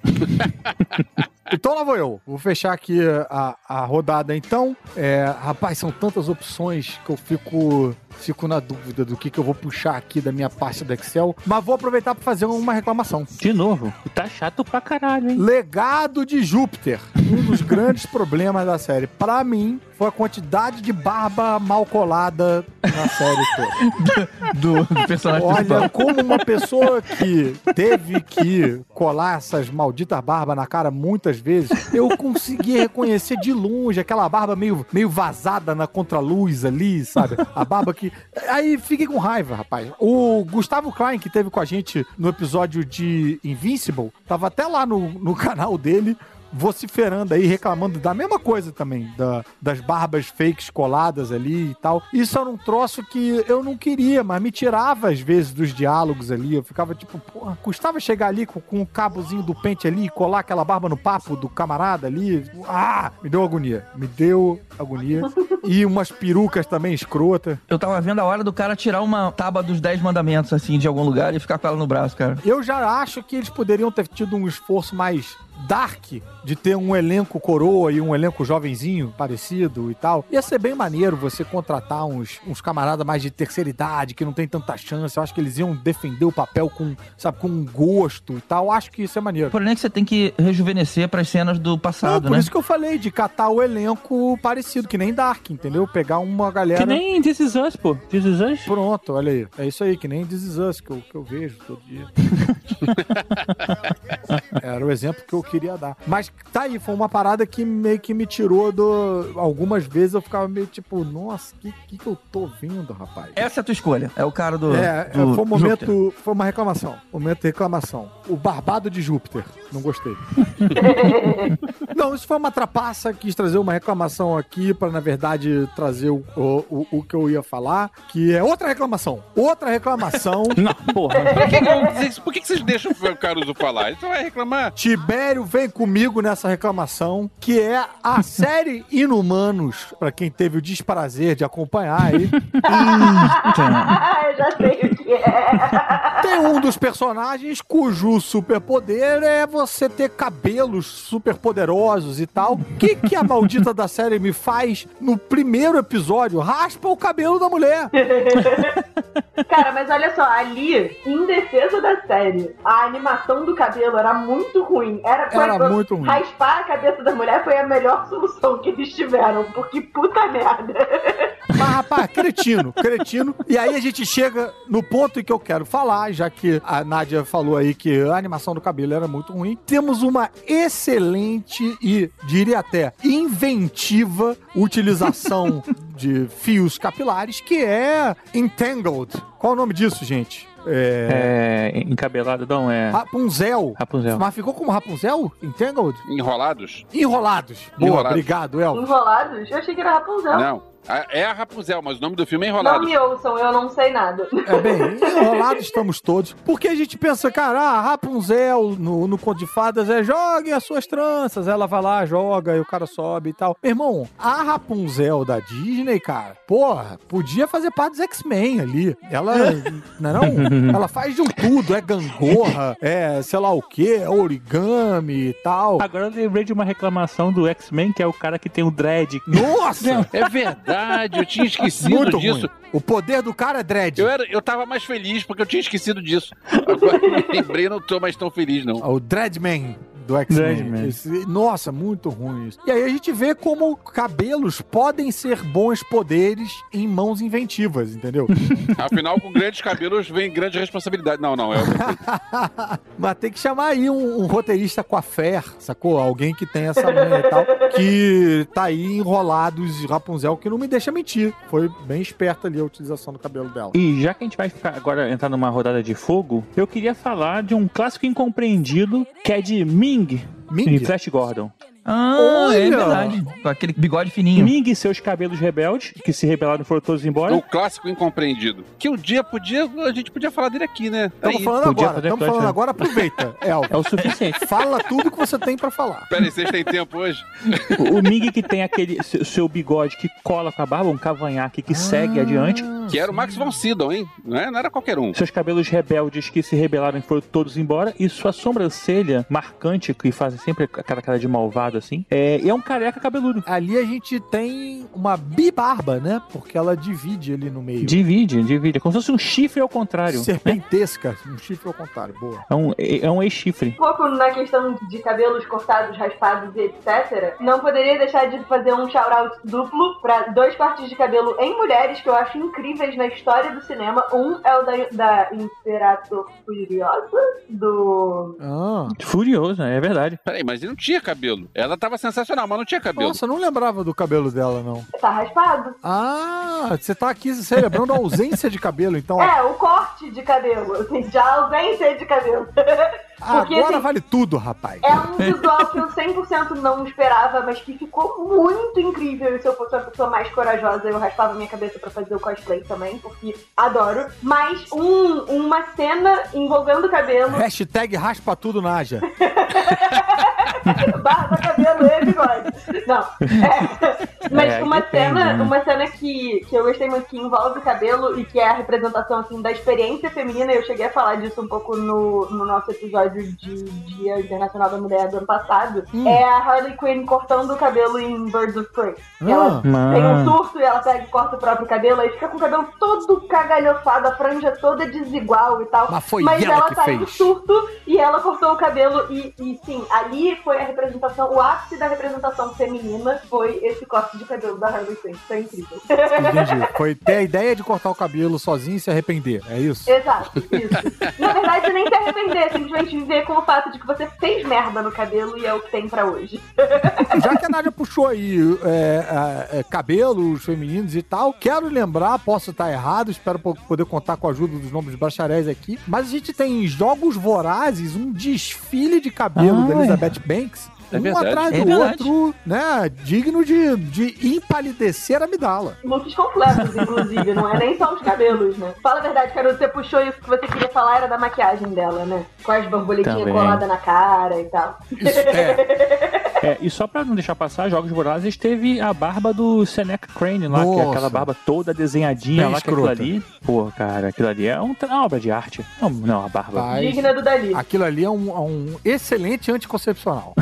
Então lá vou eu. Vou fechar aqui a, a rodada então. É, rapaz, são tantas opções que eu fico, fico na dúvida do que, que eu vou puxar aqui da minha pasta do Excel. Mas vou aproveitar para fazer uma reclamação. De novo, tá chato pra caralho, hein? Legado de Júpiter. Um dos grandes problemas da série, pra mim, foi a quantidade de barba mal colada na série toda. Do, do personagem Olha, principal. como uma pessoa que teve que colar essas malditas barbas na cara muitas vezes, eu consegui reconhecer de longe aquela barba meio, meio vazada na contraluz ali, sabe? A barba que... Aí fiquei com raiva, rapaz. O Gustavo Klein, que teve com a gente no episódio de Invincible, tava até lá no, no canal dele, vociferando aí, reclamando da mesma coisa também, da, das barbas fakes coladas ali e tal. Isso era um troço que eu não queria, mas me tirava às vezes dos diálogos ali. Eu ficava tipo, porra, custava chegar ali com, com o cabozinho do pente ali e colar aquela barba no papo do camarada ali. Ah, me deu agonia. Me deu agonia. E umas perucas também escrotas. Eu tava vendo a hora do cara tirar uma tábua dos dez mandamentos, assim, de algum lugar e ficar com ela no braço, cara. Eu já acho que eles poderiam ter tido um esforço mais dark de ter um elenco coroa e um elenco jovenzinho parecido e tal. Ia ser bem maneiro você contratar uns, uns camaradas mais de terceira idade que não tem tanta chance. Eu acho que eles iam defender o papel com, sabe, com um gosto e tal. Eu acho que isso é maneiro. Porém, é que você tem que rejuvenescer pras cenas do Não, passado, por né? isso que eu falei de catar o elenco parecido, que nem Dark, entendeu? Pegar uma galera... Que nem This Is Us, pô. This Is Us. Pronto, olha aí. É isso aí, que nem This Is Us, que eu, que eu vejo todo dia. Era o exemplo que eu queria dar. Mas tá aí, foi uma parada que meio que me tirou do... Algumas vezes eu ficava meio tipo, nossa, que que, que eu tô vendo, rapaz? Essa é a tua escolha. É o cara do. É, do foi um momento, Júpiter. foi uma reclamação. Momento de reclamação. O barbado de Júpiter. Não gostei. Não, isso foi uma trapaça. Quis trazer uma reclamação aqui pra, na verdade, trazer o, o, o, o que eu ia falar, que é outra reclamação. Outra reclamação. Não, porra. Por que, que, vocês- por que que vocês deixam o Caruso falar? Ele só vai reclamar. Tibério vem comigo nessa reclamação, que é a série Inumanos, pra quem teve o desprazer de acompanhar aí. Ah, eu já sei o que é. Tem um dos personagens cujo superpoder é você ter cabelos superpoderosos e tal. O que, que a maldita da série me faz no primeiro episódio? Raspa o cabelo da mulher. Cara, mas olha só, ali, em defesa da série, a animação do cabelo era muito ruim. Era, foi- Era muito ruim. Raspar a cabeça da mulher foi a melhor solução que eles tiveram, porque puta merda. Mas, rapaz, cretino, cretino. E aí a gente chega no ponto em que eu quero falar, já que a Nádia falou aí que a animação do cabelo era muito ruim. Temos uma excelente e, diria até, inventiva utilização de fios capilares, que é Entangled. Qual é o nome disso, gente? É... é... Encabelado, não, é... Rapunzel. Rapunzel. Mas ficou como Rapunzel? Entangled? Enrolados? Enrolados. Boa, Enrolados. Obrigado, El. Enrolados? Eu achei que era Rapunzel. Não. É a Rapunzel, mas o nome do filme é Enrolados. Não me ouçam, eu não sei nada. É bem, enrolados estamos todos. Porque a gente pensa, cara, a Rapunzel no, no Conto de Fadas é jogue as suas tranças. Ela vai lá, joga e o cara sobe e tal. Meu irmão, a Rapunzel da Disney, cara, porra, podia fazer parte dos X-Men ali. Ela, não é não? Ela faz de um tudo, é gangorra, é sei lá o quê, origami e tal. Agora eu lembrei de uma reclamação do X-Men, que é o cara que tem o dread. Nossa! É verdade. Eu tinha esquecido Muito disso. Ruim. O poder do cara é dread. Eu, era, eu tava mais feliz porque eu tinha esquecido disso. Agora eu lembrei, eu não tô mais tão feliz, não. O Dreadman do X-Men. Esse- Nossa, muito ruim isso. E aí a gente vê como cabelos podem ser bons poderes em mãos inventivas, entendeu? Afinal, com grandes cabelos vem grande responsabilidade. Não, não, é outra coisa. Mas tem que chamar aí um, um roteirista com a fé, sacou? Alguém que tem essa manha e tal, que tá aí enrolados de Rapunzel, que não me deixa mentir. Foi bem esperta ali a utilização do cabelo dela. E já que a gente vai ficar agora entrar numa rodada de fogo, eu queria falar de um clássico incompreendido que é de Ming, Ming? de Flash Gordon. Ah, Olha! é verdade. Com aquele bigode fininho. Ming e seus cabelos rebeldes, que se rebelaram e foram todos embora. O clássico incompreendido. Que um dia podia, a gente podia falar dele aqui, né? Estamos Aí. falando podia agora, fazer estamos clutch, falando né? agora, aproveita, Elvis. É o suficiente. Fala tudo que você tem pra falar. Pera aí, vocês têm tempo hoje? O o Ming que tem aquele seu, seu bigode que cola com a barba, um cavanhaque que segue adiante. Que era o Max von Sydow, hein? Não, é? Não era qualquer um. Seus cabelos rebeldes que se rebelaram e foram todos embora. E sua sobrancelha marcante, que faz sempre aquela cara de malvado assim. É, e é um careca cabeludo. Ali a gente tem uma bibarba, né? Porque ela divide ali no meio. Divide, divide. É como se fosse um chifre ao contrário. Serpentesca. Um chifre ao contrário. Boa. É um, é um ex-chifre. Um pouco na questão de cabelos cortados, raspados e etcétera, não poderia deixar de fazer um shout-out duplo pra dois cortes de cabelo em mulheres que eu acho incríveis na história do cinema. Um é o da, da Imperator Furiosa, do... Ah. Furioso, né? É verdade. Peraí, mas ele não tinha cabelo. Ela tava sensacional, mas não tinha cabelo. Nossa, eu não lembrava do cabelo dela, não. Tá raspado. Ah, você tá aqui celebrando a ausência de cabelo, então. É, o corte de cabelo. Assim, já a ausência de cabelo. Porque, Agora assim, vale tudo, rapaz. é um visual que eu cem por cento não esperava, mas que ficou muito incrível. E se eu fosse uma pessoa mais corajosa, eu raspava minha cabeça pra fazer o cosplay também, porque adoro. Mas um, uma cena envolvendo o cabelo, Hashtag raspa tudo, Naja. barba, cabelo e bigode. Não. É, mas É, uma depende, cena, né? uma cena que, que eu gostei muito, que envolve o cabelo e que é a representação assim, da experiência feminina. Eu cheguei a falar disso um pouco no, no nosso episódio de Dia Internacional da Mulher do ano passado. Hum. É a Harley Quinn cortando o cabelo em Birds of Prey. Ah. Ela Mano. tem um surto e ela pega e corta o próprio cabelo, aí fica com o cabelo todo cagalhofado, a franja toda desigual e tal. Mas foi Mas ela ela que tá fez. em surto e ela cortou o cabelo e, e sim, ali foi a representação, o ápice da representação feminina foi esse corte de cabelo da Harley Quinn. Foi incrível. Entendi. Foi ter a ideia de cortar o cabelo sozinho e se arrepender. É isso? Exato, isso. Na verdade, nem se arrepender, simplesmente viver com o fato de que você fez merda no cabelo e é o que tem pra hoje. Já que a Nádia puxou aí é, é, é, cabelos femininos e tal, quero lembrar, posso estar errado, espero po- poder contar com a ajuda dos nomes bacharéis aqui, mas a gente tem em Jogos Vorazes um desfile de cabelo Ah, da é. Elizabeth Banks. É um verdade. atrás É do verdade. outro, né? Digno de, de empalidecer a amidala. Looks completos, inclusive, não é nem só os cabelos, né? Fala a verdade, Carol, você puxou isso que você queria falar, era da maquiagem dela, né? Com as borboletinhas Também. coladas na cara e tal. Isso, é. É, e só pra não deixar passar, Jogos Vorazes teve a barba do Seneca Crane lá, que é Nossa. aquela barba toda desenhadinha Bem lá, que aquilo escrota. ali... Pô, cara, aquilo ali é um- uma obra de arte. Não, não, a barba. Mas Digna do Dali. aquilo ali é um, é um excelente anticoncepcional.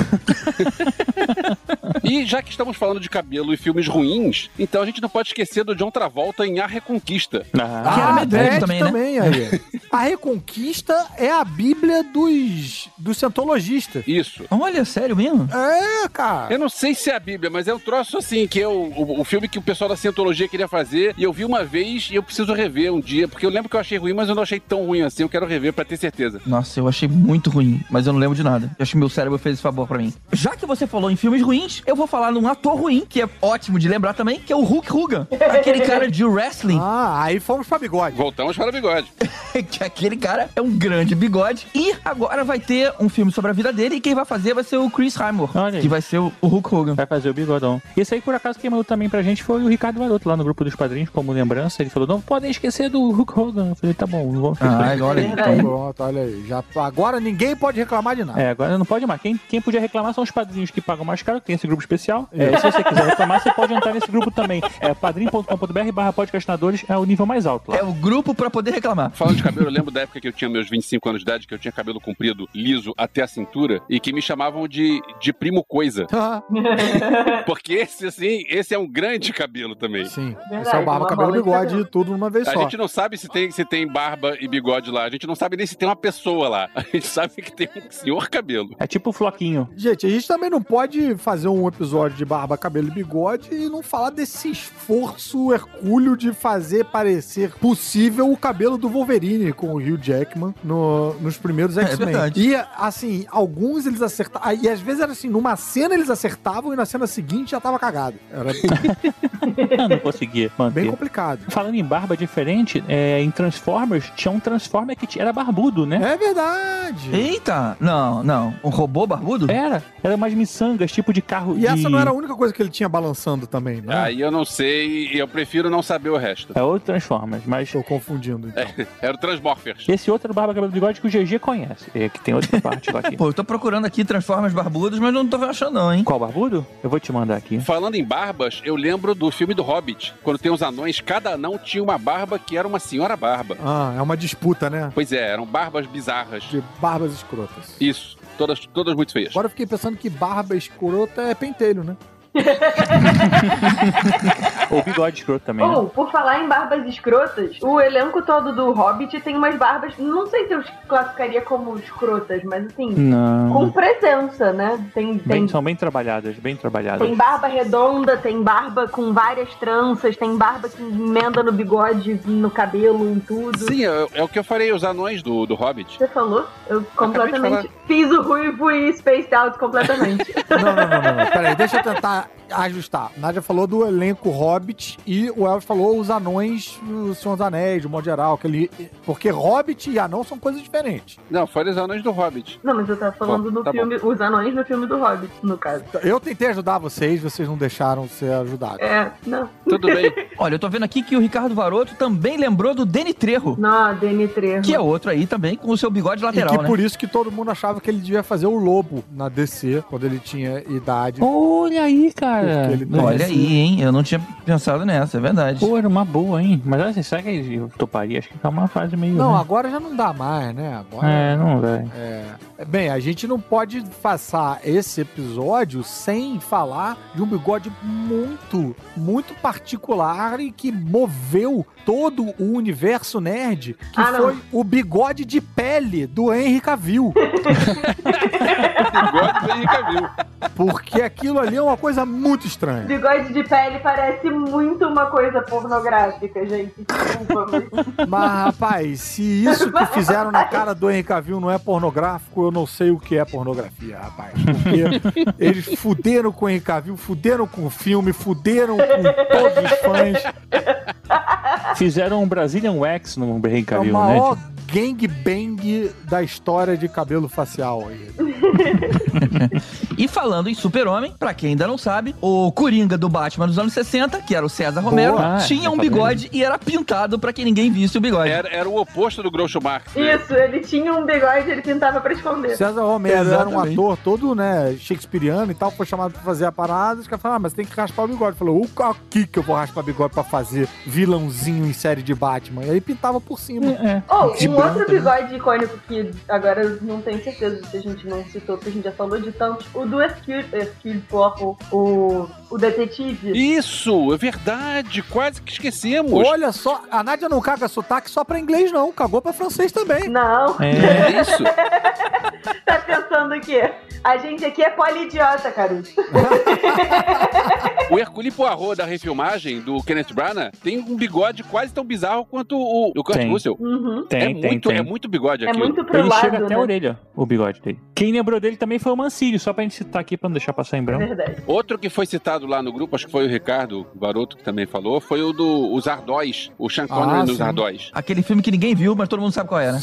E já que estamos falando de cabelo e filmes ruins, então a gente não pode esquecer do John Travolta em A Reconquista. Ah, Que era medved Dredd também, né? aí. A Reconquista é a bíblia dos, dos cientologistas. Isso. Olha, sério mesmo? É, cara. Eu não sei se é a Bíblia, mas é um troço assim, que é o, o, o filme que o pessoal da Cientologia queria fazer, e eu vi uma vez e eu preciso rever um dia, porque eu lembro que eu achei ruim, mas eu não achei tão ruim assim, eu quero rever pra ter certeza. Nossa, eu achei muito ruim, mas eu não lembro de nada. Eu acho que meu cérebro fez esse favor pra mim. Já que você falou em filmes ruins, eu vou falar num ator ruim, que é ótimo de lembrar também, que é o Hulk Hogan. Aquele cara de wrestling. Ah, aí fomos pra bigode. Voltamos para o bigode. Que aquele cara é um grande bigode. E agora vai ter um filme sobre a vida dele e quem vai fazer vai ser o Chris Hemsworth, Olha aí. que vai ser o, o Hulk Hogan. Vai fazer o bigodão. Esse aí, por acaso, quem mandou também pra gente foi o Ricardo Varoto, lá no grupo dos padrinhos, como lembrança. Ele falou, não podem esquecer do Hulk Hogan. Eu falei, tá bom, não vamos esquecer. Ah, olha aí. Então, pronto, olha aí. Já, agora ninguém pode reclamar de nada. É, agora não pode mais. Quem, quem podia reclamar são os padrinhos que pagam mais caro, que tem esse grupo especial. É, se você quiser reclamar, você pode entrar nesse grupo também. É padrim.com.br barra podcastinadores, é o nível mais alto lá. É o grupo pra poder reclamar. Falando de cabelo, eu lembro da época que eu tinha meus vinte e cinco anos de idade, que eu tinha cabelo comprido, liso, até a cintura, e que me chamavam de, de primo coisa. Porque esse, assim, esse é um grande cabelo também. Sim. Verdade, Esse é o barba, uma cabelo, bola de bigode cabelo. e tudo numa vez A só. gente não sabe se tem, se tem barba e bigode lá. A gente não sabe nem se tem uma pessoa lá. A gente sabe que tem um senhor cabelo. É tipo o Floquinho. Gente, a gente também não pode fazer um episódio de barba, cabelo e bigode e não falar desse esforço hercúleo de fazer parecer possível o cabelo do Wolverine com o Hugh Jackman no- nos primeiros X-Men. verdade. E, assim, alguns eles acertavam. E às vezes era assim, numa cena eles acertavam e na cena seguinte já tava cagado. Era Eu não consegui manter. bem complicado. Falando em barba diferente, é, em Transformers, tinha um Transformer que t- era barbudo, né? É verdade. Eita! Não, não. Um robô barbudo? Era. Era umas miçangas, tipo de carro E de... essa não era a única coisa que ele tinha balançando também, né? Aí eu não sei, e eu prefiro não saber o resto. É outro Transformers, mas... Tô confundindo, então. Era o Transmorphers. Esse outro Barba Cabelo Bigode que o G G conhece. É que tem outra parte lá aqui. Pô, eu tô procurando aqui Transformers barbudos, mas não tô achando não, hein? Qual barbudo? Eu vou te mandar aqui. Falando em barbas, eu lembro do filme do Hobbit. Quando tem os anões, cada anão tinha uma barba que era uma senhora barba. Ah, é uma disputa, né? Pois é, eram barbas bizarras. De barbas escrotas. Isso, todas, todas muito feias. Agora eu fiquei pensando que barba escrota é pentelho, né? Ou bigode escroto também, Ou, né? por falar em barbas escrotas, o elenco todo do Hobbit tem umas barbas, não sei se eu classificaria como escrotas, mas assim, Não. com presença, né? Tem, tem, Bem, são bem trabalhadas, bem trabalhadas. tem barba redonda, tem barba com várias tranças, tem barba que emenda no bigode, no cabelo, em tudo. Sim, é, é o que eu falei, os anões do, do Hobbit. Você falou? Eu de completamente fiz o ruivo e spaced out completamente. Não, não, não, não, não. Peraí, deixa eu tentar ajustar. Nádia falou do elenco Hobbit e o Elvis falou os anões do Senhor dos Anéis, de modo geral. Aquele... Porque Hobbit e anão são coisas diferentes. Não, foram os anões do Hobbit. Não, mas eu tava falando Bom, no tá filme, os anões no filme do Hobbit, no caso. Eu tentei ajudar vocês, vocês não deixaram ser ajudados. É, não. Tudo bem. Olha, eu tô vendo aqui que o Ricardo Varoto também lembrou do Danny Trejo, Não, Danny Trejo. que é outro aí também com o seu bigode E lateral, que né? por isso que todo mundo achava que ele devia fazer o Lobo na D C, quando ele tinha idade. Olha aí, cara. Porque ele- Olha aí, hein? Eu não tinha pensado nessa, é verdade. Pô, era uma boa, hein? Mas assim, será que eu toparia? Acho que tá uma fase meio... Não, né? agora já não dá mais, né? Agora... É, não, velho. É, bem, a gente não pode passar esse episódio sem falar de um bigode muito, muito particular e que moveu todo o universo nerd, que Ah, não. foi o bigode de pele do Henry Cavill. Bigode do Henry Cavill. Porque aquilo ali é uma coisa muito estranha. Bigode de pele parece muito uma coisa pornográfica, gente. Desculpa, mas... Mas, rapaz, se isso que fizeram na cara do Henry Cavill não é pornográfico, eu não sei o que é pornografia, rapaz. Porque eles fuderam com o Henry Cavill, fuderam com o filme, fuderam com todos os fãs. Fizeram um Brazilian Wax no Henry É o Cavill, né? maior gangbang da história de cabelo facial aí. E falando em Super-Homem, pra quem ainda não sabe, o Coringa do Batman dos anos sessenta, que era o César Romero, Boa. tinha Ah, um eu bigode e era pintado pra que ninguém visse o bigode. Era, era o oposto do Groucho Marx. Né? Isso, ele tinha um bigode e ele pintava pra esconder. César Romero era um Exatamente. ator todo, né, shakespeariano e tal, foi chamado pra fazer a parada, os caras falaram, ah, mas tem que raspar o bigode. Falou, o aqui que eu vou raspar o bigode pra fazer vilãozinho em série de Batman. E aí pintava por cima. É. Oh, De um branco, outro né? bigode icônico que agora eu não tenho certeza se a gente não citou, porque a gente já falou de tantos. O do Hercule, Hercule Poirot, o, o detetive. Isso, é verdade. Quase que esquecemos. Olha só, a Nádia não caga sotaque só pra inglês, não. Cagou pra francês também. Não, É. É isso. tá pensando o quê? A gente aqui é polidiota, Caruso. O Hercule Poirot da refilmagem do Kenneth Branagh tem um bigode quase tão bizarro quanto o, o Kurt Tem. Russell. Uhum. Tem, é, tem, muito, tem. é muito bigode É aquilo. muito pro Ele lado, chega até né? a orelha, o bigode dele. Quem lembrou lembrou dele também foi o Mancini, só pra gente citar aqui, pra não deixar passar em branco. Verdade. Outro que foi citado lá no grupo, acho que foi o Ricardo Baroto que também falou, foi o do os Ardóis, o Sean Connery Ah, nos sim. Ardóis. Aquele filme que ninguém viu, mas todo mundo sabe qual é, né?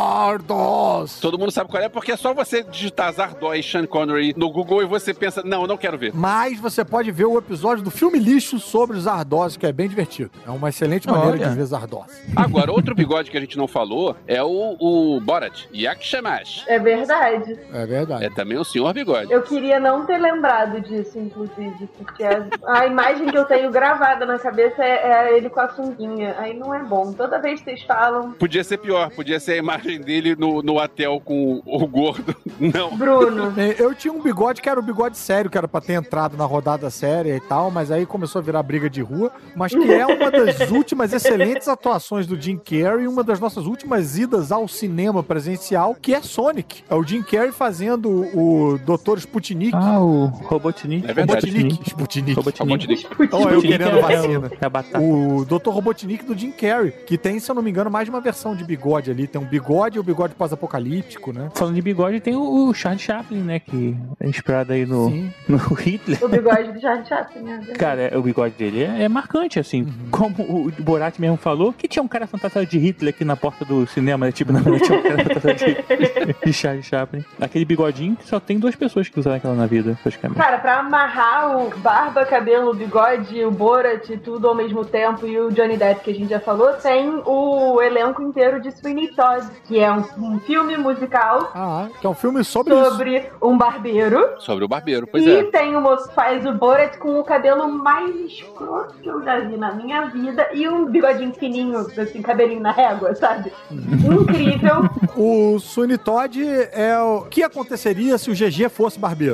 Zardos! Todo mundo sabe qual é, porque é só você digitar Zardóis, Sean Connery no Google e você pensa, não, eu não quero ver. Mas você pode ver o episódio do filme lixo sobre os Zardos, que é bem divertido. É uma excelente maneira Olha. de ver Zardos. Agora, outro bigode que a gente não falou é o, o Borat, Yakshamash. É verdade. É verdade. É também o senhor bigode. Eu queria não ter lembrado disso, inclusive, porque a, a imagem que eu tenho gravada na cabeça é, é ele com a sunguinha. Aí não é bom. Toda vez que vocês falam, Podia ser pior, podia ser a imagem dele no, no hotel com o, o gordo. Não. Bruno. Eu tinha um bigode que era o bigode sério, que era pra ter entrado na rodada séria e tal, mas aí começou a virar briga de rua, mas que é uma das últimas excelentes atuações do Jim Carrey, uma das nossas últimas idas ao cinema presencial, que é Sonic. É o Jim Carrey fazendo o doutor Sputnik. Ah, o Robotnik. É verdade. Sputnik. Sputnik. Robotnik. Ó, eu querendo é, vacina. É a batata. O doutor Robotnik do Jim Carrey, que tem, se eu não me engano, mais de uma versão de bigode ali. Tem um bigode e o bigode pós-apocalíptico, né? Falando de bigode, tem o, o Charlie Chaplin, né? Que é inspirado aí no, Sim. no Hitler. O bigode do Charlie Chaplin, né? Cara, é- o bigode dele é, é marcante, assim. Como o Borat mesmo falou, que tinha um cara fantasiado de Hitler aqui na porta do cinema, né? Tipo, na verdade, tinha um cara fantasiado de, de Charlie Chaplin. Aquele bigodinho que só tem duas pessoas que usaram aquela na vida, praticamente. Cara, pra amarrar o barba, cabelo, bigode, o Borat e tudo ao mesmo tempo e o Johnny Depp, que a gente já falou, tem o elenco inteiro de Sweeney Todd, que é um, um filme musical Ah, que é um filme sobre, isso. sobre um barbeiro. Sobre o barbeiro, pois E é. tem o moço que faz o Borat com o cabelo mais escroto que eu já vi na minha vida e um bigodinho fininho, assim, cabelinho na régua, sabe? Incrível. O Sweeney Todd é o que aconteceria se o G G fosse barbeiro.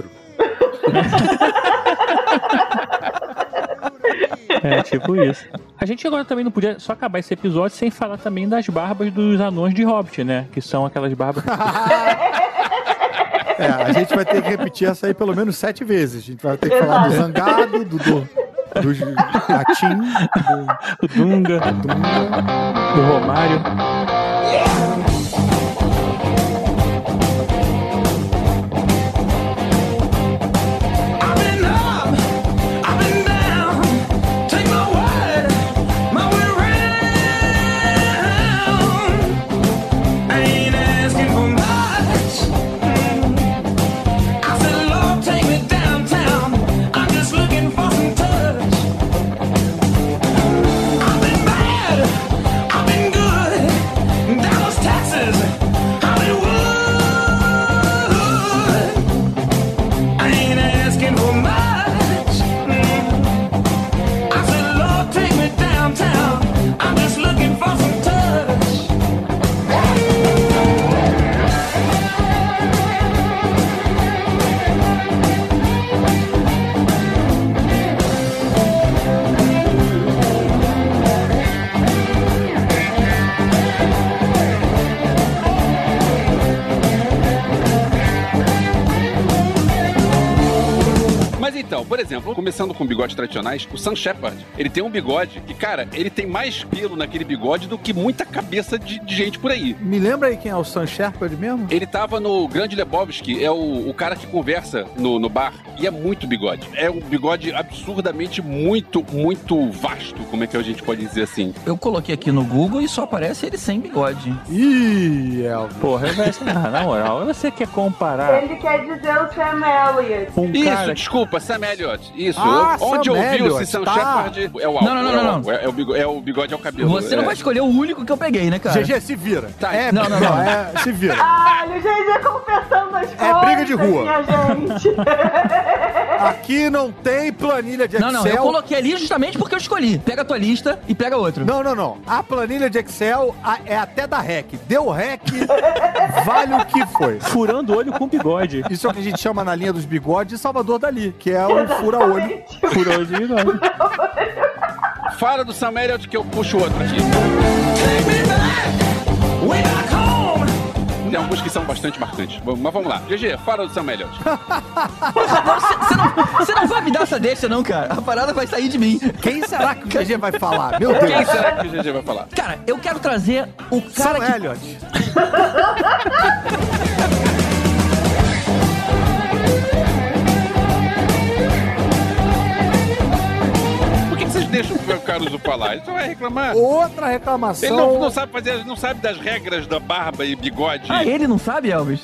É, tipo isso. A gente agora também não podia só acabar esse episódio sem falar também das barbas dos anões de Hobbit, né? Que são aquelas barbas... É, a gente vai ter que repetir essa aí pelo menos sete vezes. A gente vai ter que falar do Zangado, do, do, do Gatim, do Dunga, do, Dunga. do Romário. Então, por exemplo, começando com bigodes tradicionais, o Sam Shepard, ele tem um bigode que, cara, ele tem mais pelo naquele bigode do que muita cabeça de, de gente por aí. Me lembra aí quem é o Sam Shepard mesmo? Ele tava no Grande Lebowski, é o, o cara que conversa no, no bar, e é muito bigode. É um bigode absurdamente muito, muito vasto, como é que a gente pode dizer assim. Eu coloquei aqui no Google e só aparece ele sem bigode. Ih, Elvis. Porra, na, na moral, você quer comparar... Ele quer dizer o Sam Elliott. Um Isso, cara... desculpa, Sam Elliott. Isso. Ah, Onde Sam eu vi o Elliott, Sam tá. Shepard é o alto. Não, não, não, é, o, não, não. É, é o bigode, é o bigode ao cabelo. Você não é. vai escolher o único que eu peguei, né, cara? G G, se vira. Tá, é, não, não, não. É, se vira. Ah, o G G confessando as coisas. briga de rua. Minha gente. Aqui não tem planilha de Excel. Não, não, eu coloquei ali justamente porque eu escolhi. Pega a tua lista e pega outro. Não, não, não. A planilha de Excel a- é até da R E C. Deu R E C, vale o que foi. Furando o olho com bigode. Isso é o que a gente chama na linha dos bigodes de Salvador Dali, que é o fura-olho. Furou de bigode. Fala do Sam Elliott que eu puxo outro aqui. Tem alguns que são bastante marcantes. Mas vamos lá. G G, fala do Sam Elliott. Você não, você não vai me dar essa deixa, não, cara. A parada vai sair de mim. Quem será que o G G vai falar? Meu Deus. Quem será que o G G vai falar? Cara, eu quero trazer o cara Sam que... Elliott. Caruso falar. Ele só vai reclamar. Outra reclamação. Ele não, não sabe fazer, não sabe das regras da barba e bigode. Ah, ele não sabe, Elvis?